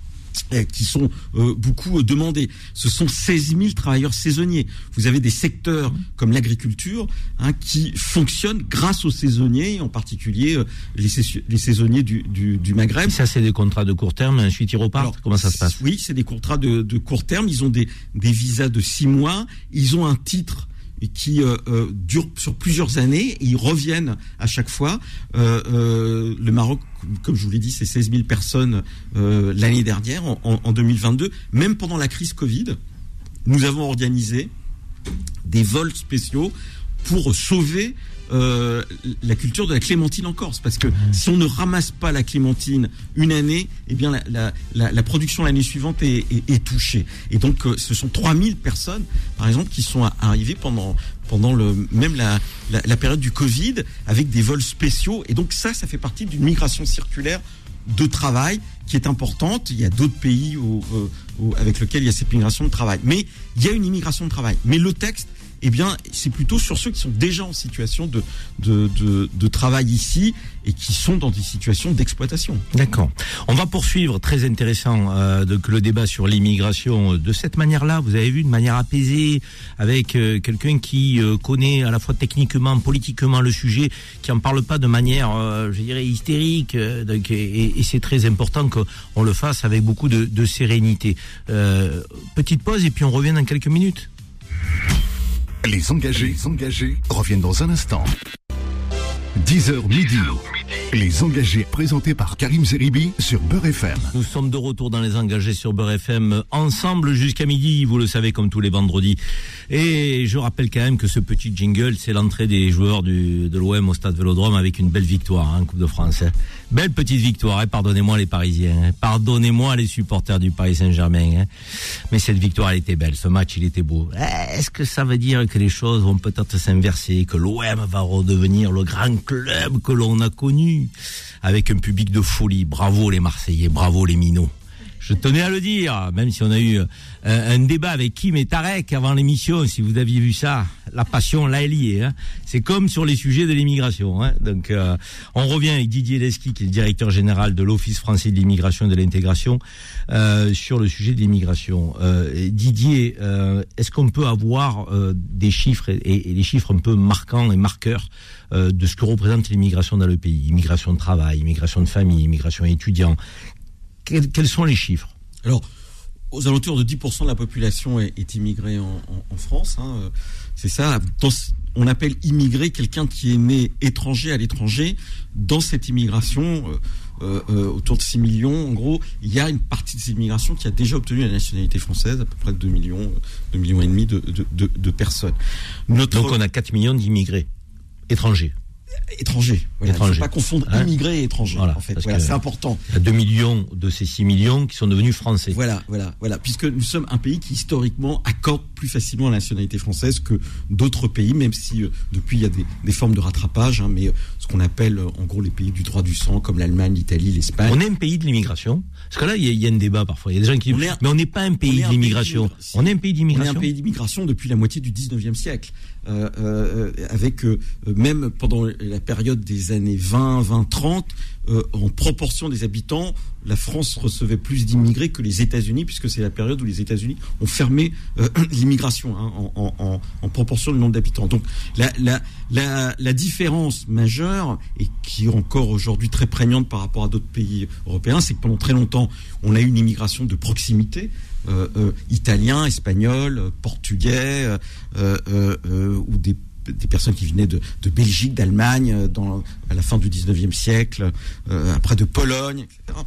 qui sont euh, beaucoup demandés. Ce sont seize mille travailleurs saisonniers. Vous avez des secteurs comme l'agriculture hein, qui fonctionnent grâce aux saisonniers, en particulier euh, les, sais- les saisonniers du, du, du Maghreb. Et ça, c'est des contrats de court terme, ensuite ils repartent. Alors, comment ça se passe ? Oui, c'est des contrats de, de court terme. Ils ont des, des visas de six mois. Ils ont un titre qui euh, euh, dure sur plusieurs années. Et ils reviennent à chaque fois. Euh, euh, le Maroc, comme je vous l'ai dit, c'est seize mille personnes euh, l'année dernière, en, en, en deux mille vingt-deux. Même pendant la crise Covid, nous avons organisé des vols spéciaux pour sauver euh, la culture de la clémentine en Corse. Parce que si on ne ramasse pas la clémentine une année, eh bien la, la, la, la production l'année suivante est, est, est touchée. Et donc euh, ce sont trois mille personnes, par exemple, qui sont arrivées pendant pendant le même la, la, la période du Covid avec des vols spéciaux. Et donc ça, ça fait partie d'une migration circulaire de travail qui est importante. Il y a d'autres pays où, où, avec lesquels il y a cette migration de travail. Mais il y a une immigration de travail. Mais le texte, eh bien, c'est plutôt sur ceux qui sont déjà en situation de, de, de, de travail ici et qui sont dans des situations d'exploitation. D'accord. On va poursuivre, très intéressant, euh, donc, le débat sur l'immigration de cette manière-là. Vous avez vu, de manière apaisée, avec euh, quelqu'un qui euh, connaît à la fois techniquement, politiquement le sujet, qui en parle pas de manière, euh, je dirais, hystérique. Euh, donc, et, et c'est très important qu'on le fasse avec beaucoup de, de sérénité. Euh, petite pause et puis on revient dans quelques minutes. Les engagés, les engagés reviennent dans un instant. dix heures midi. Les engagés présentés par Karim Zeribi sur Beurre F M. Nous sommes de retour dans les engagés sur Beurre F M, ensemble jusqu'à midi, vous le savez, comme tous les vendredis. Et je rappelle quand même que ce petit jingle, c'est l'entrée des joueurs du, de l'O M au stade Vélodrome avec une belle victoire, hein, Coupe de France. Hein. Belle petite victoire, hein, pardonnez-moi les Parisiens, hein. Pardonnez-moi les supporters du Paris Saint-Germain. Hein. Mais cette victoire, elle était belle, ce match, il était beau. Est-ce que ça veut dire que les choses vont peut-être s'inverser, que l'O M va redevenir le grand club que l'on a connu, avec un public de folie? Bravo les Marseillais, bravo les Minots. Je tenais à le dire, même si on a eu un, un débat avec Kim et Tarek avant l'émission, si vous aviez vu ça, la passion, là, elle y est. Hein. C'est comme sur les sujets de l'immigration. Hein. Donc, euh, on revient avec Didier Lesky, qui est le directeur général de l'Office français de l'immigration et de l'intégration, euh, sur le sujet de l'immigration. Euh, Didier, euh, est-ce qu'on peut avoir euh, des chiffres, et, et des chiffres un peu marquants et marqueurs euh, de ce que représente l'immigration dans le pays? Immigration de travail, immigration de famille, immigration étudiant. Quels sont les chiffres? Alors, aux alentours de dix pour cent de la population est, est immigrée en, en, en France. Hein. C'est ça. Dans, on appelle immigré quelqu'un qui est né étranger à l'étranger. Dans cette immigration, euh, euh, autour de six millions, en gros, il y a une partie de cette immigration qui a déjà obtenu la nationalité française, à peu près deux millions, deux millions et demi de, de, de, de personnes. Notre... Donc on a quatre millions d'immigrés étrangers. Étrangers. Voilà. Il ne faut pas confondre hein immigrés et étrangers. Voilà, en fait. Voilà, c'est important. Il y a deux millions de ces six millions qui sont devenus français. Voilà, voilà, voilà. Puisque nous sommes un pays qui historiquement accorde plus facilement la nationalité française que d'autres pays, même si euh, depuis il y a des, des formes de rattrapage, hein, mais euh, ce qu'on appelle euh, en gros les pays du droit du sang, comme l'Allemagne, l'Italie, l'Espagne. On est un pays de l'immigration. Parce que là, il y, y a un débat parfois. Il y a des gens qui disent, mais on n'est pas un pays de l'immigration. On est un pays d'immigration. On est un pays d'immigration depuis la moitié du dix-neuvième siècle. Euh, euh, avec euh, même pendant la période des années vingt, vingt, trente, euh, en proportion des habitants, la France recevait plus d'immigrés que les États-Unis, puisque c'est la période où les États-Unis ont fermé euh, l'immigration hein, en, en, en proportion du nombre d'habitants. Donc la, la, la, la différence majeure, et qui est encore aujourd'hui très prégnante par rapport à d'autres pays européens, c'est que pendant très longtemps, on a eu une immigration de proximité. Euh, euh, italien, espagnol, euh, portugais, euh, euh, euh, ou des, des personnes qui venaient de, de Belgique, d'Allemagne, dans, à la fin du dix-neuvième siècle, euh, après de Pologne, et cetera.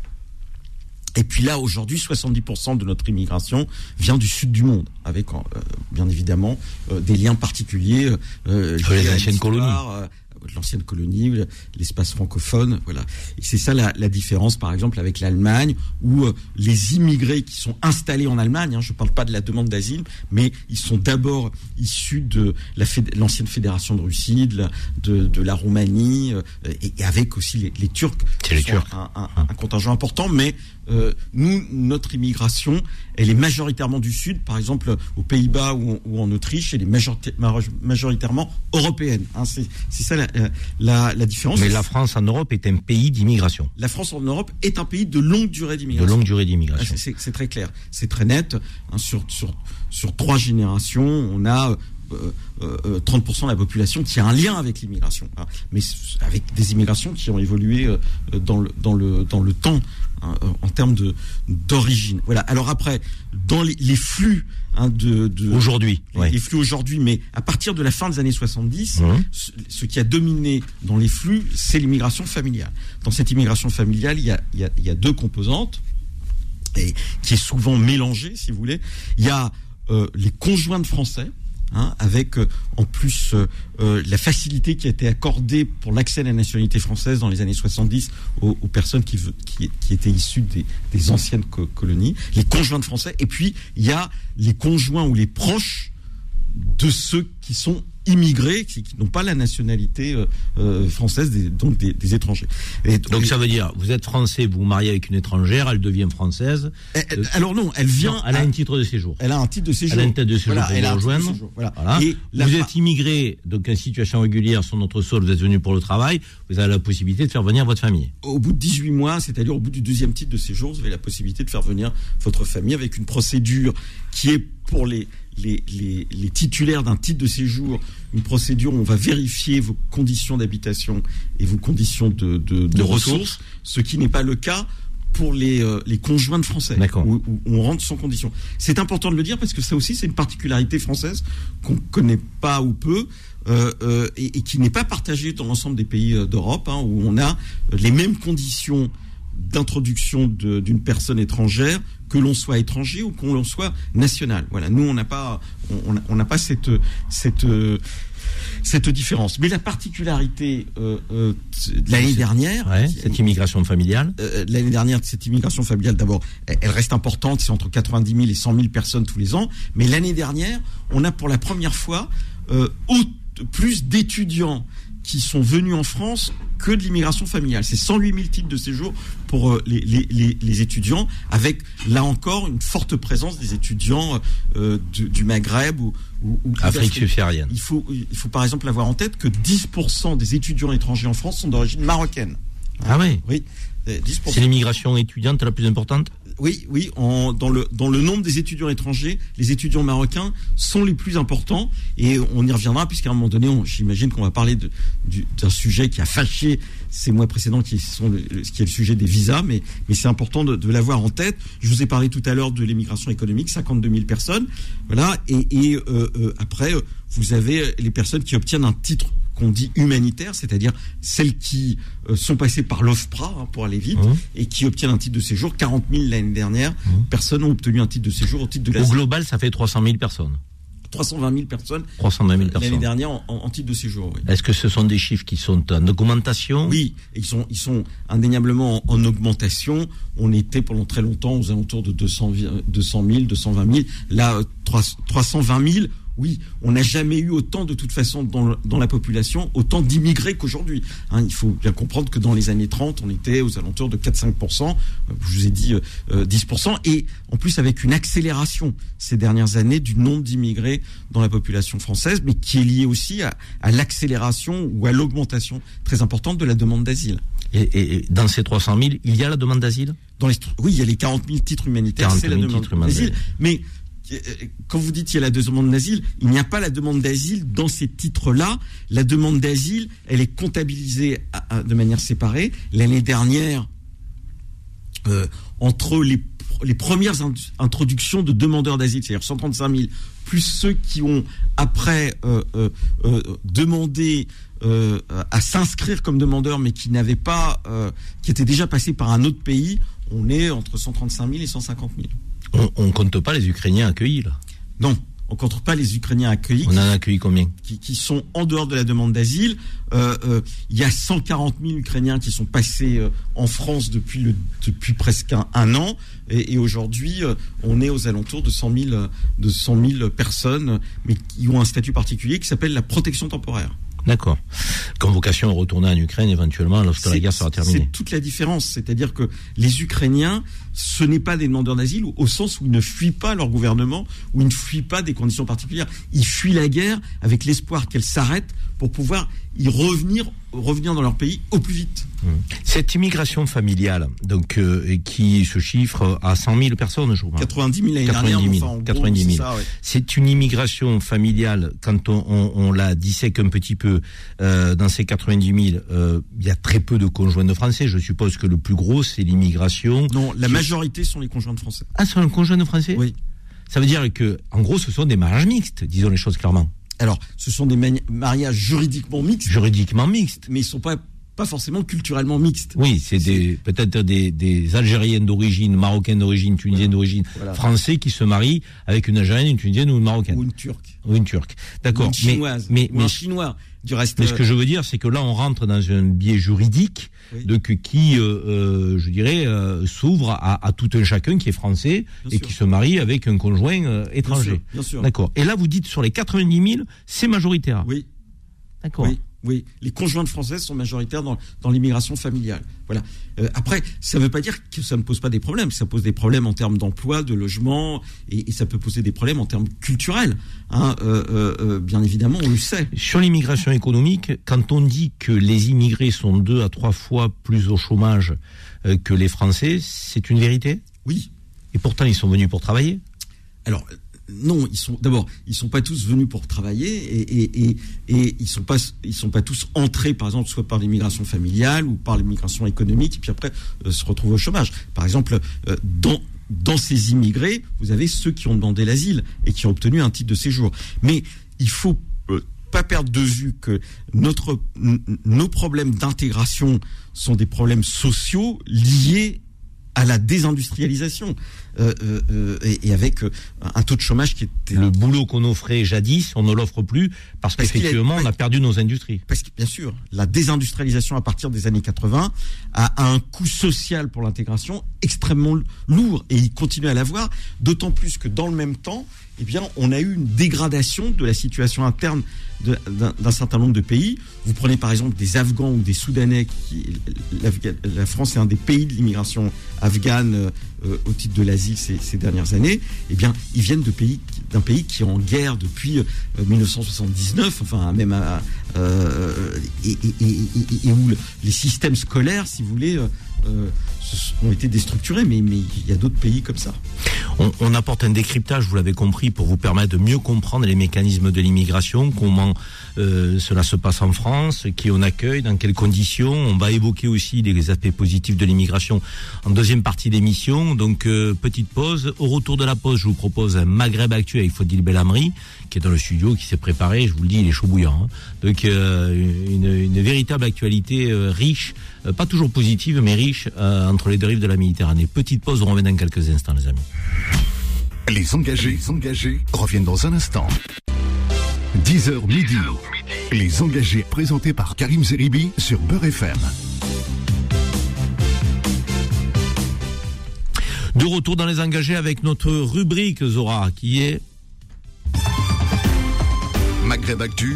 Et puis là, aujourd'hui, soixante-dix pour cent de notre immigration vient du sud du monde, avec euh, bien évidemment euh, des liens particuliers. Euh, les anciennes colonies. Euh, l'ancienne colonie, l'espace francophone, voilà. Et c'est ça la, la différence, par exemple, avec l'Allemagne, où euh, les immigrés qui sont installés en Allemagne, hein, je ne parle pas de la demande d'asile, mais ils sont d'abord issus de la féd- l'ancienne fédération de Russie, de la, de, de la Roumanie, euh, et, et avec aussi les, les Turcs. C'est les Turcs. Un, un, un, un contingent important, mais euh, nous, notre immigration, elle est majoritairement du Sud, par exemple aux Pays-Bas ou, ou en Autriche, elle est majorita- majoritairement européenne. Hein, c'est, c'est ça la, la, la différence. Mais la France en Europe est un pays d'immigration. La France en Europe est un pays de longue durée d'immigration. De longue durée d'immigration. Ah, c'est, c'est très clair, c'est très net. Hein, sur, sur, sur trois générations, on a euh, euh, trente pour cent de la population qui a un lien avec l'immigration, hein, mais avec des immigrations qui ont évolué euh, dans, le, dans, le, dans le temps. En termes de d'origine. Voilà. Alors après, dans les, les flux hein, de, de aujourd'hui, les, ouais. les flux aujourd'hui, mais à partir de la fin des années soixante-dix, mmh. ce, ce qui a dominé dans les flux, c'est l'immigration familiale. Dans cette immigration familiale, il y a il y a, il y a deux composantes et qui est souvent mélangée, si vous voulez. Il y a euh, les conjoints de Français. Hein, avec euh, en plus euh, euh, la facilité qui a été accordée pour l'accès à la nationalité française dans les années soixante-dix aux, aux personnes qui, qui, qui étaient issues des, des anciennes co- colonies, les conjoints de Français, et puis il y a les conjoints ou les proches de ceux qui sont immigrés, qui, qui n'ont pas la nationalité euh, euh, française, des, donc des, des étrangers. Et, donc et, ça veut dire, vous êtes français, vous vous mariez avec une étrangère, elle devient française. Elle, euh, alors non, elle vient. Non, elle a un titre de séjour. Elle a un titre de séjour. Elle a un titre de séjour voilà, pour elle vous rejoindre. Voilà. Voilà. Et vous fra- êtes immigré, donc en situation régulière sur notre sol, vous êtes venu pour le travail, vous avez la possibilité de faire venir votre famille. Au bout de dix-huit mois, c'est-à-dire au bout du deuxième titre de séjour, vous avez la possibilité de faire venir votre famille avec une procédure qui est pour les Les, les, les titulaires d'un titre de séjour, une procédure où on va vérifier vos conditions d'habitation et vos conditions de, de, de, de ressources, ce qui n'est pas le cas pour les, euh, les conjoints de Français, où, où on rentre sans condition. C'est important de le dire parce que ça aussi, c'est une particularité française qu'on ne connaît pas ou peu, euh, euh, et, et qui n'est pas partagée dans l'ensemble des pays d'Europe, hein, où on a les mêmes conditions d'introduction de, d'une personne étrangère, que l'on soit étranger ou qu'on l'on soit national. Voilà, nous on n'a pas, on, on n'a pas cette cette cette différence. Mais la particularité euh, euh, de l'année dernière, ouais, cette immigration familiale, euh, l'année dernière, cette immigration familiale, d'abord, elle, elle reste importante, c'est entre quatre-vingt-dix mille et cent mille personnes tous les ans. Mais l'année dernière, on a pour la première fois euh, au, plus d'étudiants qui sont venus en France que de l'immigration familiale. C'est cent huit mille titres de séjour pour euh, les, les, les, les étudiants, avec là encore une forte présence des étudiants euh, du, du Maghreb ou, ou, ou Afrique subsaharienne. Il faut, il faut par exemple avoir en tête que dix pour cent des étudiants étrangers en France sont d'origine marocaine. Ah oui. Oui. dix pour cent. C'est l'immigration étudiante la plus importante. Oui, oui. En, dans le dans le nombre des étudiants étrangers, les étudiants marocains sont les plus importants, et on y reviendra puisqu'à un moment donné, on, j'imagine qu'on va parler de, du, d'un sujet qui a fâché ces mois précédents, qui sont le, qui est le sujet des visas, mais mais c'est important de, de l'avoir en tête. Je vous ai parlé tout à l'heure de l'immigration économique, cinquante-deux mille personnes, voilà, et, et euh, euh, après vous avez les personnes qui obtiennent un titre qu'on dit humanitaire, c'est-à-dire celles qui euh, sont passées par l'OFPRA, hein, pour aller vite, mmh. et qui obtiennent un titre de séjour. quarante mille l'année dernière, mmh. personnes ont obtenu un titre de séjour au titre de la... Au global, ça fait trois cent mille personnes. trois cent vingt mille personnes. trois cent vingt mille personnes. L'année dernière en, en, en titre de séjour, oui. Est-ce que ce sont des chiffres qui sont en augmentation ? Oui, ils sont, ils sont indéniablement en, en augmentation. On était pendant très longtemps aux alentours de deux cents mille, deux cent vingt mille. Là, trois cent vingt mille. Oui, on n'a jamais eu autant, de toute façon, dans, le, dans la population, autant d'immigrés qu'aujourd'hui. Hein, il faut bien comprendre que dans les années trente, on était aux alentours de quatre à cinq pour cent. Je vous ai dit euh, dix pour cent. Et en plus, avec une accélération ces dernières années du nombre d'immigrés dans la population française, mais qui est liée aussi à, à l'accélération ou à l'augmentation très importante de la demande d'asile. Et, et, et dans ces trois cent mille, il y a la demande d'asile ? Dans les, Oui, il y a les quarante mille titres humanitaires, c'est la demande d'asile. Mais... quand vous dites qu'il y a la demande d'asile, il n'y a pas la demande d'asile dans ces titres-là. La demande d'asile, elle est comptabilisée à, à, de manière séparée. L'année dernière, euh, entre les, les premières in- introductions de demandeurs d'asile, c'est-à-dire cent trente-cinq mille, plus ceux qui ont après euh, euh, euh, demandé euh, à s'inscrire comme demandeurs, mais qui n'avaient pas, euh, qui étaient déjà passés par un autre pays, on est entre cent trente-cinq mille et cent cinquante mille. On ne compte pas les Ukrainiens accueillis, là. Non, on ne compte pas les Ukrainiens accueillis. On en a accueilli combien ? qui, qui sont en dehors de la demande d'asile. Euh, euh, il y a cent quarante mille Ukrainiens qui sont passés euh, en France depuis, le, depuis presque un, un an. Et, et aujourd'hui, euh, on est aux alentours de cent mille, de cent mille personnes, mais qui ont un statut particulier qui s'appelle la protection temporaire. D'accord. Convocation à retourner en Ukraine éventuellement lorsque c'est, la guerre sera terminée. C'est toute la différence. C'est-à-dire que les Ukrainiens, ce n'est pas des demandeurs d'asile au sens où ils ne fuient pas leur gouvernement, où ils ne fuient pas des conditions particulières. Ils fuient la guerre avec l'espoir qu'elle s'arrête pour pouvoir y revenir, revenir dans leur pays au plus vite. Cette immigration familiale, donc euh, qui se chiffre à cent mille personnes, je crois. quatre-vingt-dix mille l'année dernière. Enfin, quatre-vingt-dix mille. C'est, ça, ouais. C'est une immigration familiale. Quand on, on, on la dissèque un petit peu, euh, dans ces quatre-vingt-dix mille, euh, il y a très peu de conjoints de Français. Je suppose que le plus gros, c'est l'immigration. Non, la majorité sont les conjoints de Français. Ah, ce sont les conjoints de Français ? Oui. Ça veut dire que, en gros, ce sont des mariages mixtes, disons les choses clairement. Alors, ce sont des mani- mariages juridiquement mixtes. Juridiquement mixtes. Mais ils ne sont pas, pas forcément culturellement mixtes. Oui, c'est, c'est... Des, peut-être des, des Algériennes d'origine, Marocaines d'origine, Tunisiennes voilà. d'origine, voilà. Français qui se marient avec une Algérienne, une Tunisienne ou une Marocaine. Ou une Turque. Ou une Turque. D'accord. Ou une Chinoise. Mais, mais, ou un mais, Chinois. Du reste, mais ce que je veux dire, c'est que là, on rentre dans un biais juridique oui. de, qui, euh, euh, je dirais, euh, s'ouvre à, à tout un chacun qui est français bien et sûr. Qui se marie avec un conjoint euh, étranger. Bien sûr, bien sûr. D'accord. Et là, vous dites sur les quatre-vingt-dix mille, c'est majoritaire. Oui. D'accord. Oui. Oui, les conjointes françaises sont majoritaires dans, dans l'immigration familiale. Voilà. Euh, après, ça ne veut pas dire que ça ne pose pas des problèmes. Ça pose des problèmes en termes d'emploi, de logement, et, et ça peut poser des problèmes en termes culturels. Hein, euh, euh, bien évidemment, on le sait. Sur l'immigration économique, quand on dit que les immigrés sont deux à trois fois plus au chômage euh, que les Français, c'est une vérité ? Oui. Et pourtant, ils sont venus pour travailler ? Alors. Non, ils sont d'abord, ils sont pas tous venus pour travailler et et et, et ils sont pas ils sont pas tous entrés, par exemple, soit par l'immigration familiale ou par l'immigration économique et puis après euh, se retrouvent au chômage. Par exemple, euh, dans dans ces immigrés, vous avez ceux qui ont demandé l'asile et qui ont obtenu un titre de séjour. Mais il faut euh, pas perdre de vue que notre, n- nos problèmes d'intégration sont des problèmes sociaux liés à la désindustrialisation euh, euh, et, et avec euh, un taux de chômage qui était le boulot qu'on offrait jadis, on ne l'offre plus parce, parce qu'effectivement, est, on a perdu nos industries. Parce que bien sûr, la désindustrialisation à partir des années quatre-vingts a un coût social pour l'intégration extrêmement lourd et il continue à l'avoir, d'autant plus que dans le même temps, eh bien, on a eu une dégradation de la situation interne de, d'un, d'un certain nombre de pays. Vous prenez par exemple des Afghans ou des Soudanais, qui, la France est un des pays de l'immigration afghane euh, au titre de l'asile ces, ces dernières années. Eh bien, ils viennent de pays, d'un pays qui est en guerre depuis euh, dix-neuf cent soixante-dix-neuf, enfin même à, euh, et, et, et, et où le, les systèmes scolaires, si vous voulez, euh, euh, ont été déstructurés, mais, mais il y a d'autres pays comme ça. On, on apporte un décryptage, vous l'avez compris, pour vous permettre de mieux comprendre les mécanismes de l'immigration, comment euh, cela se passe en France, qui on accueille, dans quelles conditions. On va évoquer aussi les aspects positifs de l'immigration en deuxième partie d'émission. Donc, euh, petite pause. Au retour de la pause, je vous propose un Maghreb Actu avec Fodil Belhamri, qui est dans le studio, qui s'est préparé. Je vous le dis, il est chaud bouillant. Hein. Donc, euh, une, une véritable actualité euh, riche, euh, pas toujours positive, mais riche, euh, entre les deux rives de la Méditerranée. Petite pause, on revient dans quelques instants, les amis. Les engagés, les engagés reviennent dans un instant. dix heures midi. Les engagés présentés par Karim Zeribi sur Beurre F M. De retour dans les engagés avec notre rubrique, Zora, qui est Maghreb Actu,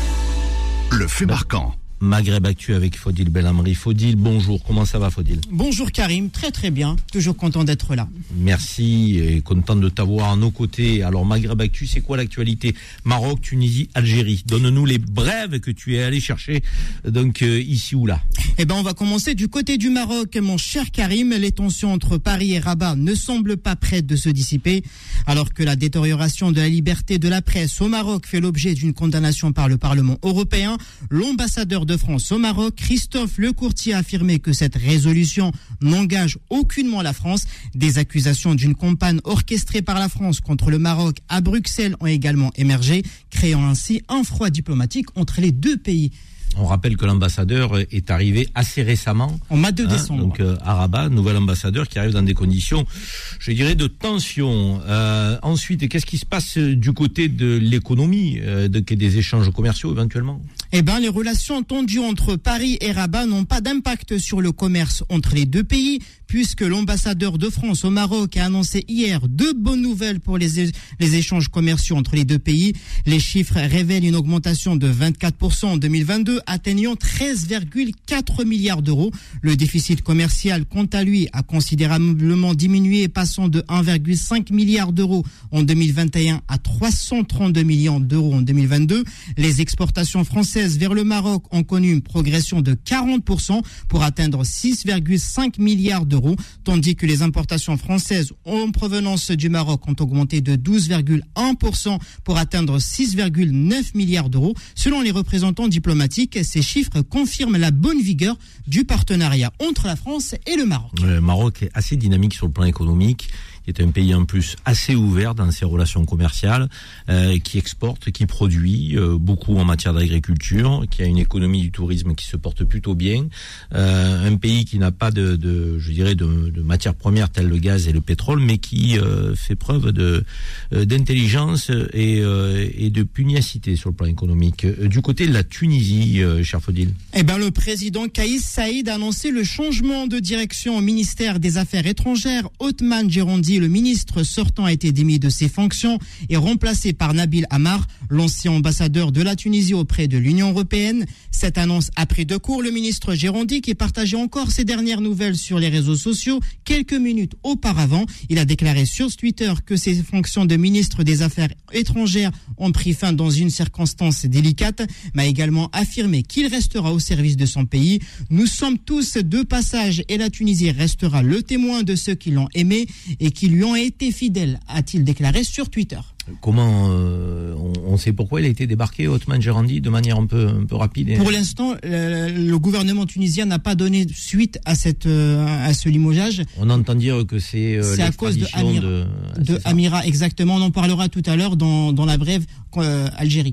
le fait marquant. Maghreb Actu avec Fodil Belhamri. Fodil, bonjour. Comment ça va, Fodil? Bonjour Karim, très très bien. Toujours content d'être là. Merci et content de t'avoir à nos côtés. Alors Maghreb Actu, c'est quoi l'actualité? Maroc, Tunisie, Algérie. Donne-nous les brèves que tu es allé chercher donc euh, ici ou là. Eh ben, on va commencer du côté du Maroc, mon cher Karim. Les tensions entre Paris et Rabat ne semblent pas prêtes de se dissiper, alors que la détérioration de la liberté de la presse au Maroc fait l'objet d'une condamnation par le Parlement européen. L'ambassadeur de France au Maroc, Christophe Lecourtier, a affirmé que cette résolution n'engage aucunement la France. Des accusations d'une campagne orchestrée par la France contre le Maroc à Bruxelles ont également émergé, créant ainsi un froid diplomatique entre les deux pays. On rappelle que l'ambassadeur est arrivé assez récemment. En mois de hein, décembre. Donc euh, à Rabat, nouvel ambassadeur qui arrive dans des conditions, je dirais, de tension. Euh, ensuite, qu'est-ce qui se passe du côté de l'économie, euh, de, des échanges commerciaux éventuellement? Eh ben, les relations tendues entre Paris et Rabat n'ont pas d'impact sur le commerce entre les deux pays, puisque l'ambassadeur de France au Maroc a annoncé hier deux bonnes nouvelles pour les, les échanges commerciaux entre les deux pays. Les chiffres révèlent une augmentation de vingt-quatre pour cent en deux mille vingt-deux, atteignant treize virgule quatre milliards d'euros. Le déficit commercial, quant à lui, a considérablement diminué, passant de un virgule cinq milliard d'euros en deux mille vingt et un à trois cent trente-deux millions d'euros en deux mille vingt-deux. Les exportations françaises vers le Maroc ont connu une progression de quarante pour cent pour atteindre six virgule cinq milliards d'euros, tandis que les importations françaises en provenance du Maroc ont augmenté de douze virgule un pour cent pour atteindre six virgule neuf milliards d'euros. Selon les représentants diplomatiques, ces chiffres confirment la bonne vigueur du partenariat entre la France et le Maroc. Le Maroc est assez dynamique sur le plan économique. Qui est un pays en plus assez ouvert dans ses relations commerciales, euh, qui exporte, qui produit euh, beaucoup en matière d'agriculture, qui a une économie du tourisme qui se porte plutôt bien, euh, un pays qui n'a pas de, de je dirais, de, de matières premières telles le gaz et le pétrole, mais qui euh, fait preuve de euh, d'intelligence et, euh, et de pugnacité sur le plan économique. Du côté de la Tunisie, euh, cher Fodil. Eh ben, le président Kais Saïed a annoncé le changement de direction au ministère des Affaires étrangères. Othman Jerandi, le ministre sortant, a été démis de ses fonctions et remplacé par Nabil Amar, l'ancien ambassadeur de la Tunisie auprès de l'Union européenne. Cette annonce a pris de court le ministre Jerandi, qui partageait encore ses dernières nouvelles sur les réseaux sociaux. Quelques minutes auparavant, il a déclaré sur Twitter que ses fonctions de ministre des Affaires étrangères ont pris fin dans une circonstance délicate, mais a également affirmé qu'il restera au service de son pays. Nous sommes tous de passage et la Tunisie restera le témoin de ceux qui l'ont aimé et qui lui ont été fidèles, a-t-il déclaré sur Twitter. Comment euh, on, on sait pourquoi il a été débarqué, Othman Jerandi, de manière un peu, un peu rapide et... Pour l'instant, le, le gouvernement tunisien n'a pas donné suite à, cette, euh, à ce limogeage. On entend dire que c'est, euh, c'est à cause de Amira, de, de Amira, exactement. On en parlera tout à l'heure dans, dans la brève euh, Algérie.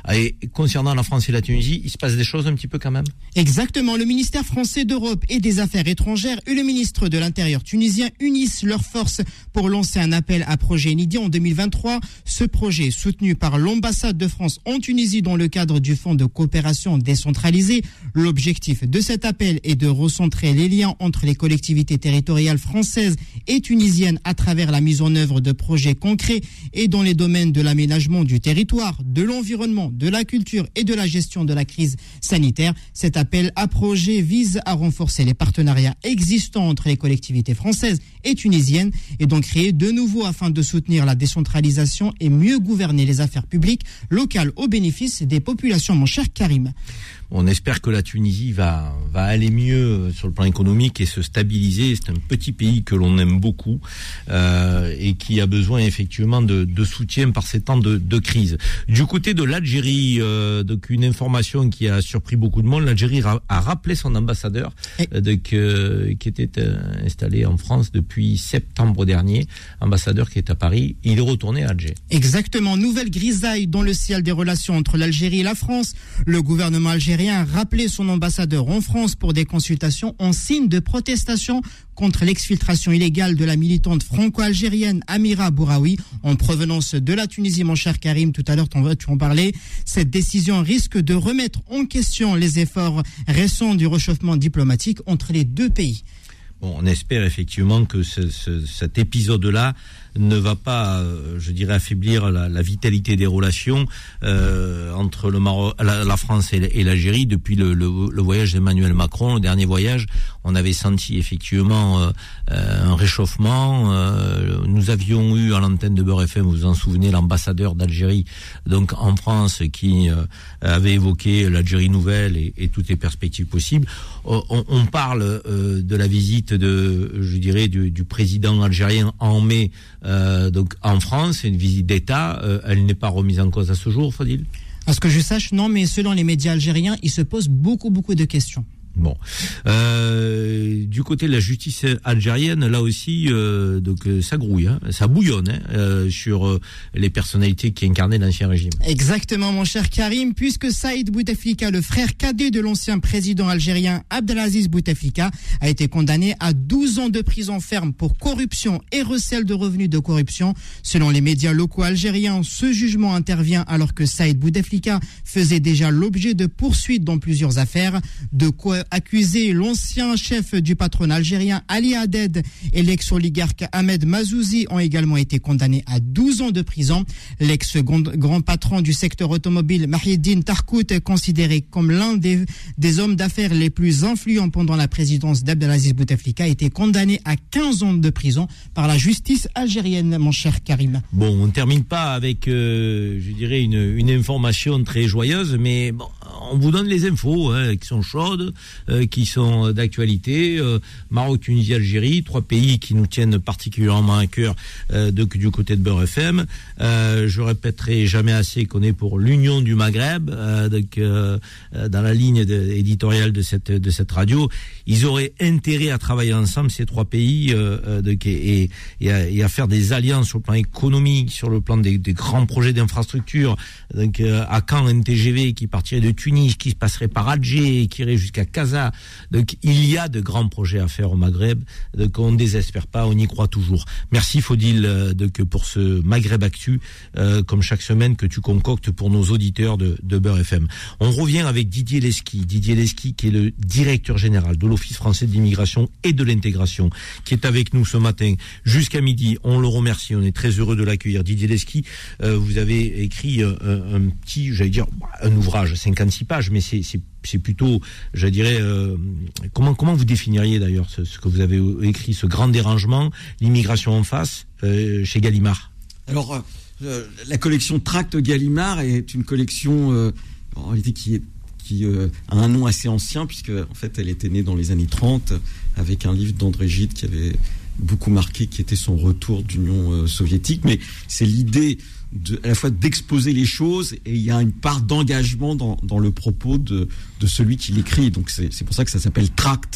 Et concernant la France et la Tunisie, il se passe des choses un petit peu quand même. Exactement. Le ministère français d'Europe et des Affaires étrangères et le ministre de l'Intérieur tunisien unissent leurs forces pour lancer un appel à projet inédit en deux mille vingt-trois. Ce projet, soutenu par l'ambassade de France en Tunisie dans le cadre du fonds de coopération décentralisée. L'objectif de cet appel est de recentrer les liens entre les collectivités territoriales françaises et tunisiennes à travers la mise en œuvre de projets concrets et dans les domaines de l'aménagement du territoire, de l'environnement, de la culture et de la gestion de la crise sanitaire. Cet appel à projet vise à renforcer les partenariats existants entre les collectivités françaises et tunisiennes et d'en créer de nouveaux afin de soutenir la décentralisation et mieux gouverner les affaires publiques locales au bénéfice des populations, mon cher Karim. On espère que la Tunisie va, va aller mieux sur le plan économique et se stabiliser. C'est un petit pays que l'on aime beaucoup euh, et qui a besoin effectivement de, de soutien par ces temps de, de crise. Du côté de l'Algérie, euh, donc une information qui a surpris beaucoup de monde, l'Algérie ra- a rappelé son ambassadeur euh, donc, euh, qui était euh, installé en France depuis septembre dernier, ambassadeur qui est à Paris. Il est retourné à Alger. Exactement. Nouvelle grisaille dans le ciel des relations entre l'Algérie et la France. Le gouvernement algérien a rappelé son ambassadeur en France pour des consultations en signe de protestation contre l'exfiltration illégale de la militante franco-algérienne Amira Bouraoui en provenance de la Tunisie. Mon cher Karim, tout à l'heure tu en parlais. Cette décision risque de remettre en question les efforts récents du réchauffement diplomatique entre les deux pays. Bon, on espère effectivement que ce, ce, cet épisode-là ne va pas, euh, je dirais, affaiblir la, la vitalité des relations euh, entre le Maroc, la, la France et, et l'Algérie. Depuis le, le, le voyage d'Emmanuel Macron, le dernier voyage, on avait senti effectivement euh, un réchauffement. Euh, nous avions eu à l'antenne de Beurre F M, vous vous en souvenez, l'ambassadeur d'Algérie, donc en France, qui euh, avait évoqué l'Algérie nouvelle et, et toutes les perspectives possibles. On, on parle euh, de la visite de, je dirais, du, du président algérien en mai. Euh, donc en France, c'est une visite d'État, euh, elle n'est pas remise en cause à ce jour, Fadil ? À ce que je sache, non, mais selon les médias algériens, ils se posent beaucoup, beaucoup de questions. Bon, euh, du côté de la justice algérienne, là aussi, euh, donc ça grouille, hein, ça bouillonne hein, euh, sur euh, les personnalités qui incarnaient l'ancien régime. Exactement, mon cher Karim, puisque Saïd Bouteflika, le frère cadet de l'ancien président algérien Abdelaziz Bouteflika, a été condamné à douze ans de prison ferme pour corruption et recel de revenus de corruption. Selon les médias locaux algériens, ce jugement intervient alors que Saïd Bouteflika faisait déjà l'objet de poursuites dans plusieurs affaires, de quoi accusé l'ancien chef du patronat algérien Ali Haddad et l'ex-oligarque Ahmed Mazouzi ont également été condamnés à douze ans de prison. L'ex-grand patron du secteur automobile Mahieddine Tarkout est considéré comme l'un des, des hommes d'affaires les plus influents pendant la présidence d'Abdelaziz Bouteflika a été condamné à quinze ans de prison par la justice algérienne, mon cher Karim. Bon, on ne termine pas avec, euh, je dirais, une, une information très joyeuse, mais bon, on vous donne les infos hein, qui sont chaudes, euh, qui sont d'actualité. Euh, Maroc, Tunisie, Algérie, trois pays qui nous tiennent particulièrement à cœur euh, de, du côté de Beurre F M. Euh, je répéterai jamais assez qu'on est pour l'union du Maghreb, euh, donc, euh, dans la ligne de, éditoriale de cette, de cette radio. Ils auraient intérêt à travailler ensemble, ces trois pays, euh, donc, et, et, à, et à faire des alliances sur le plan économique, sur le plan des, des grands projets d'infrastructure. Donc, euh, à Caen, un T G V qui partirait de Tunis, qui passerait par Alger, qui irait jusqu'à Casa. Donc, il y a de grands projets à faire au Maghreb. Donc, on ne désespère pas, on y croit toujours. Merci, Faudil, euh, donc, pour ce Maghreb Actu, euh, comme chaque semaine que tu concoctes pour nos auditeurs de, de Beurre F M. On revient avec Didier Lesky. Didier Lesky, qui est le directeur général de l'Office français de l'immigration et de l'intégration, qui est avec nous ce matin jusqu'à midi. On le remercie, on est très heureux de l'accueillir. Didier Lesky, euh, vous avez écrit euh, un, un petit, j'allais dire, un ouvrage, cinquante-six pages, mais c'est, c'est c'est plutôt, je dirais, euh, comment comment vous définiriez d'ailleurs ce, ce que vous avez écrit, ce grand dérangement, l'immigration en face, euh, chez Gallimard? Alors, euh, la collection Tracts Gallimard est une collection euh, en réalité qui est qui euh, a un nom assez ancien, puisque en fait elle était née dans les années trente avec un livre d'André Gide qui avait beaucoup marqué, qui était son retour d'Union euh, soviétique. Mais c'est l'idée de, à la fois d'exposer les choses, et il y a une part d'engagement dans, dans le propos de, de celui qui l'écrit. Donc c'est, c'est pour ça que ça s'appelle Tract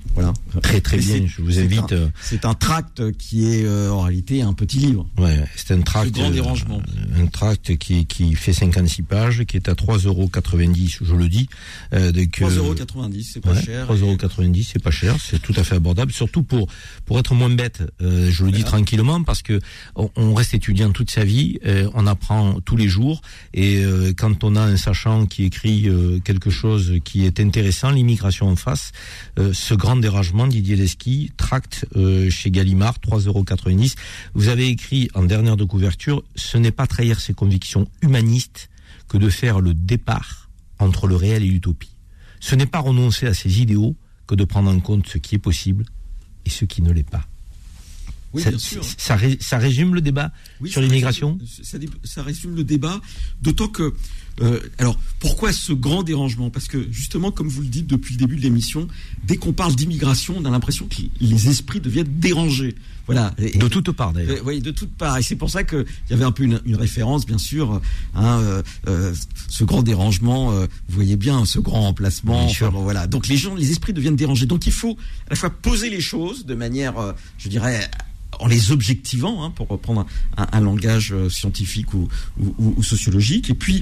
Voilà. Très très bien, je vous invite. Un, c'est un tract qui est euh, en réalité un petit livre. Ouais, c'est un tract. Grand dérangement. Euh, un tract qui qui fait cinquante-six pages, qui est à trois euros quatre-vingt-dix, je le dis. Euh, donc, trois euros quatre-vingt-dix, c'est pas ouais, cher. trois euros quatre-vingt-dix, c'est pas cher, c'est tout à fait abordable, surtout pour pour être moins bête. Euh, je le dis voilà. tranquillement parce que on, on reste étudiant toute sa vie, euh, on apprend tous les jours, et euh, quand on a un sachant qui écrit euh, quelque chose qui est intéressant, l'immigration en face, euh, ce grand dérangement, Didier Lesky, tract euh, chez Gallimard, trois euros quatre-vingt-dix. Vous avez écrit en dernière de couverture, ce n'est pas trahir ses convictions humanistes que de faire le départ entre le réel et l'utopie. Ce n'est pas renoncer à ses idéaux que de prendre en compte ce qui est possible et ce qui ne l'est pas. Oui, ça, bien sûr. Ça, ça résume le débat oui, sur l'immigration ça, ça résume le débat, d'autant que... Euh, alors, pourquoi ce grand dérangement ? Parce que, justement, comme vous le dites depuis le début de l'émission, dès qu'on parle d'immigration, on a l'impression que les esprits deviennent dérangés. Voilà. Et, de toutes parts, d'ailleurs. Euh, oui, de toutes parts. Et c'est pour ça qu'il y avait un peu une, une référence, bien sûr, hein, euh, euh, ce grand dérangement, euh, vous voyez bien, ce grand emplacement. Enfin, bon, voilà. Donc, les gens, les esprits deviennent dérangés. Donc, il faut à la fois poser les choses de manière, euh, je dirais... en les objectivant, hein, pour reprendre un, un, un langage scientifique ou, ou, ou sociologique. Et puis,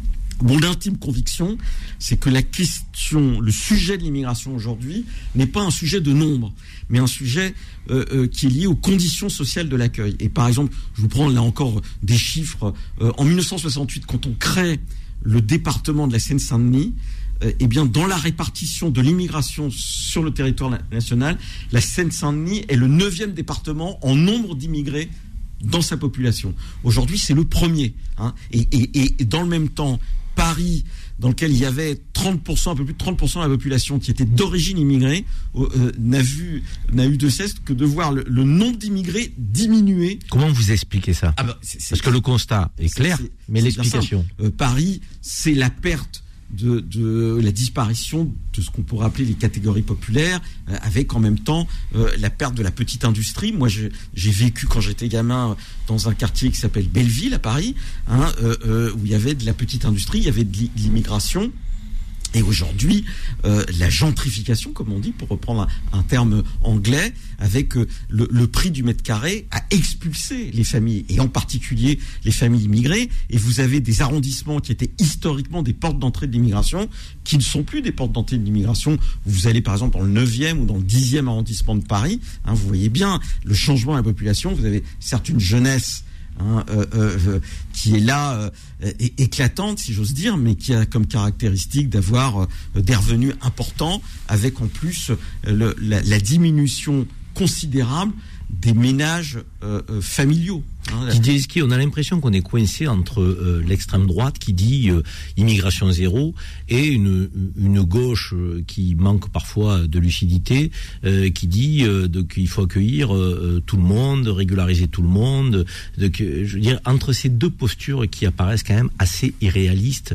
mon intime conviction, c'est que la question, le sujet de l'immigration aujourd'hui n'est pas un sujet de nombre, mais un sujet euh, euh, qui est lié aux conditions sociales de l'accueil. Et par exemple, je vous prends là encore des chiffres. Euh, en dix-neuf cent soixante-huit, quand on crée le département de la Seine-Saint-Denis, Euh, eh bien, dans la répartition de l'immigration sur le territoire national, la Seine-Saint-Denis est le neuvième département en nombre d'immigrés dans sa population. Aujourd'hui, c'est le premier. Hein, et, et, et dans le même temps, Paris, dans lequel il y avait trente pour cent, un peu plus de trente pour cent de la population qui était d'origine immigrée, euh, n'a vu, n'a eu de cesse que de voir le, le nombre d'immigrés diminuer. Comment vous expliquez ça ? ah bah, c'est, c'est, Parce que le constat est clair, c'est, c'est, mais c'est l'explication. Euh, Paris, c'est la perte De, de la disparition de ce qu'on pourrait appeler les catégories populaires, euh, avec en même temps euh, la perte de la petite industrie. Moi, je, j'ai vécu quand j'étais gamin dans un quartier qui s'appelle Belleville à Paris, hein, euh, euh, où il y avait de la petite industrie, il y avait de l'immigration. Et aujourd'hui, euh, la gentrification, comme on dit, pour reprendre un, un terme anglais, avec euh, le, le prix du mètre carré, a expulsé les familles, et en particulier les familles immigrées. Et vous avez des arrondissements qui étaient historiquement des portes d'entrée de l'immigration, qui ne sont plus des portes d'entrée de l'immigration. Vous allez par exemple dans le neuvième ou dans le dixième arrondissement de Paris, hein, vous voyez bien le changement de la population. Vous avez certes une jeunesse Hein, euh, euh, qui est là, euh, éclatante, si j'ose dire, mais qui a comme caractéristique d'avoir euh, des revenus importants, avec en plus euh, le, la, la diminution considérable des ménages euh, euh, familiaux. Hein, Didier Lesky, on a l'impression qu'on est coincé entre euh, l'extrême droite qui dit euh, immigration zéro et une, une gauche euh, qui manque parfois de lucidité, euh, qui dit euh, de, qu'il faut accueillir euh, tout le monde, régulariser tout le monde. De, que, je veux dire, entre ces deux postures qui apparaissent quand même assez irréalistes,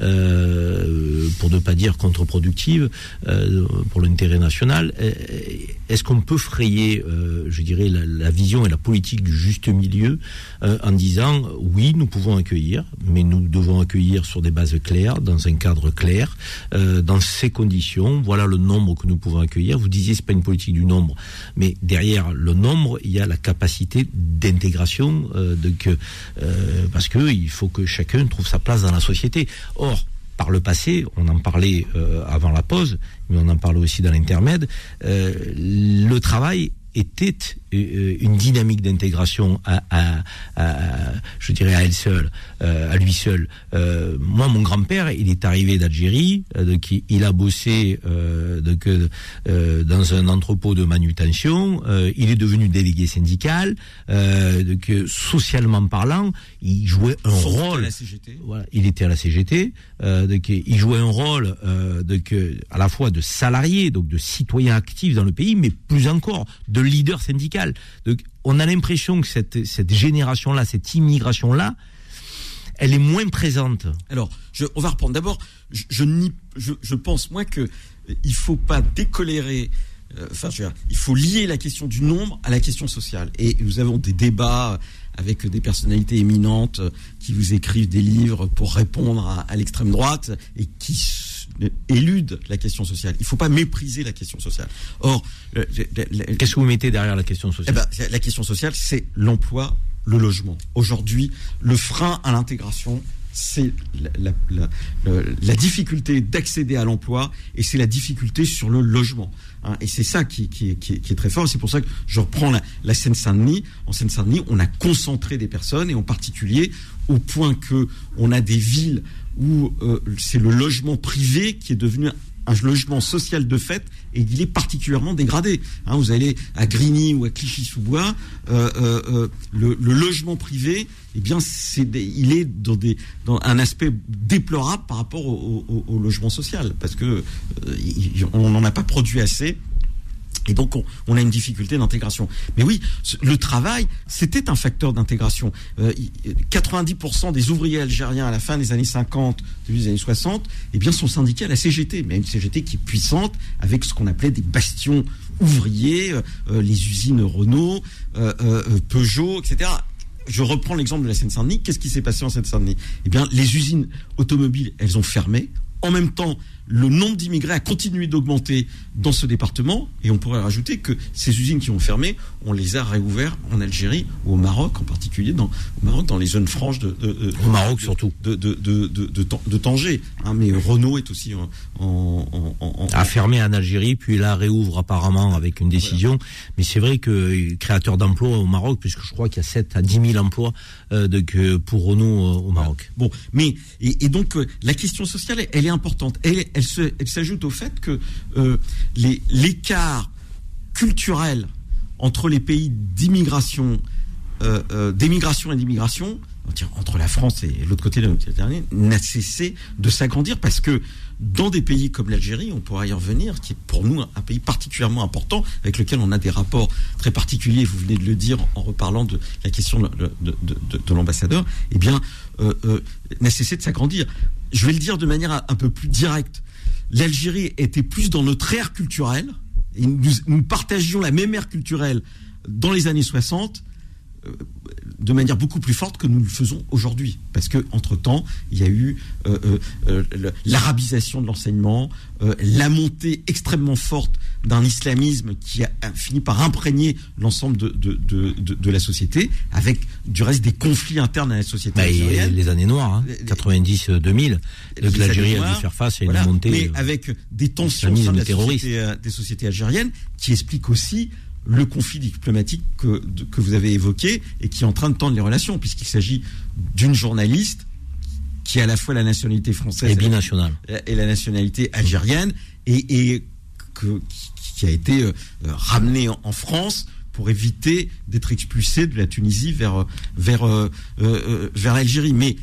euh, pour ne pas dire contre-productives, euh, pour l'intérêt national, est-ce qu'on peut frayer, euh, je dirais, la, la vision et la politique du juste milieu Euh, en disant oui, nous pouvons accueillir, mais nous devons accueillir sur des bases claires, dans un cadre clair, euh, dans ces conditions. Voilà le nombre que nous pouvons accueillir. Vous disiez c'est pas une politique du nombre, mais derrière le nombre, il y a la capacité d'intégration, euh, de que euh, parce que il faut que chacun trouve sa place dans la société. Or, par le passé, on en parlait euh, avant la pause, mais on en parle aussi dans l'intermède, euh, le travail était une dynamique d'intégration à, à, à, je dirais à elle seule, euh, à lui seul. Euh, moi, mon grand-père, il est arrivé d'Algérie, euh, donc il a bossé euh, donc, euh, dans un entrepôt de manutention. Euh, il est devenu délégué syndical. Euh, donc, socialement parlant, il jouait un Sauf rôle. À la C G T. Voilà, il était à la C G T. Euh, donc, il jouait un rôle euh, donc, à la fois de salarié, donc de citoyen actif dans le pays, mais plus encore de leader syndical. Donc, on a l'impression que cette, cette génération-là, cette immigration-là, elle est moins présente. Alors, je, on va reprendre. D'abord, je, je, je, je pense, moi, que il faut pas décolérer. Euh, enfin, je veux dire, il faut lier la question du nombre à la question sociale. Et nous avons des débats avec des personnalités éminentes qui vous écrivent des livres pour répondre à, à l'extrême droite et qui élude la question sociale. Il ne faut pas mépriser la question sociale. Or, le, le, le, qu'est-ce que vous mettez derrière la question sociale ? Eh ben, la question sociale, c'est l'emploi, le logement. Aujourd'hui, le frein à l'intégration, c'est la, la, la, la, la difficulté d'accéder à l'emploi et c'est la difficulté sur le logement. Hein, et c'est ça qui, qui, qui, qui est très fort. C'est pour ça que je reprends la, la Seine-Saint-Denis. En Seine-Saint-Denis, on a concentré des personnes et en particulier au point que on a des villes où euh, c'est le logement privé qui est devenu un logement social de fait et il est particulièrement dégradé. Hein, vous allez à Grigny ou à Clichy-sous-Bois, euh, euh, le, le logement privé, eh bien, c'est des, il est dans, des, dans un aspect déplorable par rapport au, au, au logement social, parce que euh, il, on n'en a pas produit assez. Et donc, on, on a une difficulté d'intégration. Mais oui, le travail, c'était un facteur d'intégration. Euh, quatre-vingt-dix pour cent des ouvriers algériens à la fin des années cinquante, début des années soixante, eh bien, sont syndiqués à la C G T. Mais une C G T qui est puissante, avec ce qu'on appelait des bastions ouvriers, euh, les usines Renault, euh, euh, Peugeot, et cetera. Je reprends l'exemple de la Seine-Saint-Denis. Qu'est-ce qui s'est passé en Seine-Saint-Denis ? Eh bien, les usines automobiles, elles ont fermé. En même temps, le nombre d'immigrés a continué d'augmenter dans ce département, et on pourrait rajouter que ces usines qui ont fermé, on les a réouvertes en Algérie ou au Maroc, en particulier dans, au Maroc, dans les zones franches de, de, de au Maroc de, surtout de, de, de, de, de, de Tanger. Hein, mais Renault est aussi en, en, en, en a fermé en Algérie, puis là réouvre apparemment avec une décision. Voilà. Mais c'est vrai que créateur d'emplois au Maroc, puisque je crois qu'il y a sept à dix mille emplois euh, de, que pour Renault euh, au Maroc. Bon, mais et, et donc euh, la question sociale, elle, elle est importante. Elle, elle se, elle s'ajoute au fait que euh, les, l'écart culturel entre les pays d'immigration, euh, euh, d'émigration et d'immigration, entre la France et l'autre côté de la Méditerranée, n'a cessé de s'agrandir, parce que dans des pays comme l'Algérie, on pourra y revenir, qui est pour nous un pays particulièrement important, avec lequel on a des rapports très particuliers, vous venez de le dire en reparlant de la question de, de, de, de, de l'ambassadeur, eh bien, euh, euh, n'a cessé de s'agrandir. Je vais le dire de manière un peu plus directe. L'Algérie était plus dans notre ère culturelle, et nous, nous partagions la même ère culturelle dans les années soixante, euh, de manière beaucoup plus forte que nous le faisons aujourd'hui. Parce que entre-temps, il y a eu euh, euh, l'arabisation de l'enseignement, euh, la montée extrêmement forte d'un islamisme qui a, a fini par imprégner l'ensemble de, de, de, de, de la société, avec du reste des conflits internes à la société bah, algérienne. Les années noires, hein, quatre-vingt-dix deux mille, l'Algérie a dû faire face à une voilà, montée. Mais avec des tensions au sein de la société, des sociétés algériennes, qui expliquent aussi le conflit diplomatique que, de, que vous avez évoqué et qui est en train de tendre les relations, puisqu'il s'agit d'une journaliste qui a à la fois la nationalité française et binationale et la nationalité algérienne, et, et que, qui a été euh, ramenée en, en France pour éviter d'être expulsée de la Tunisie vers, vers, euh, euh, vers l'Algérie. Mais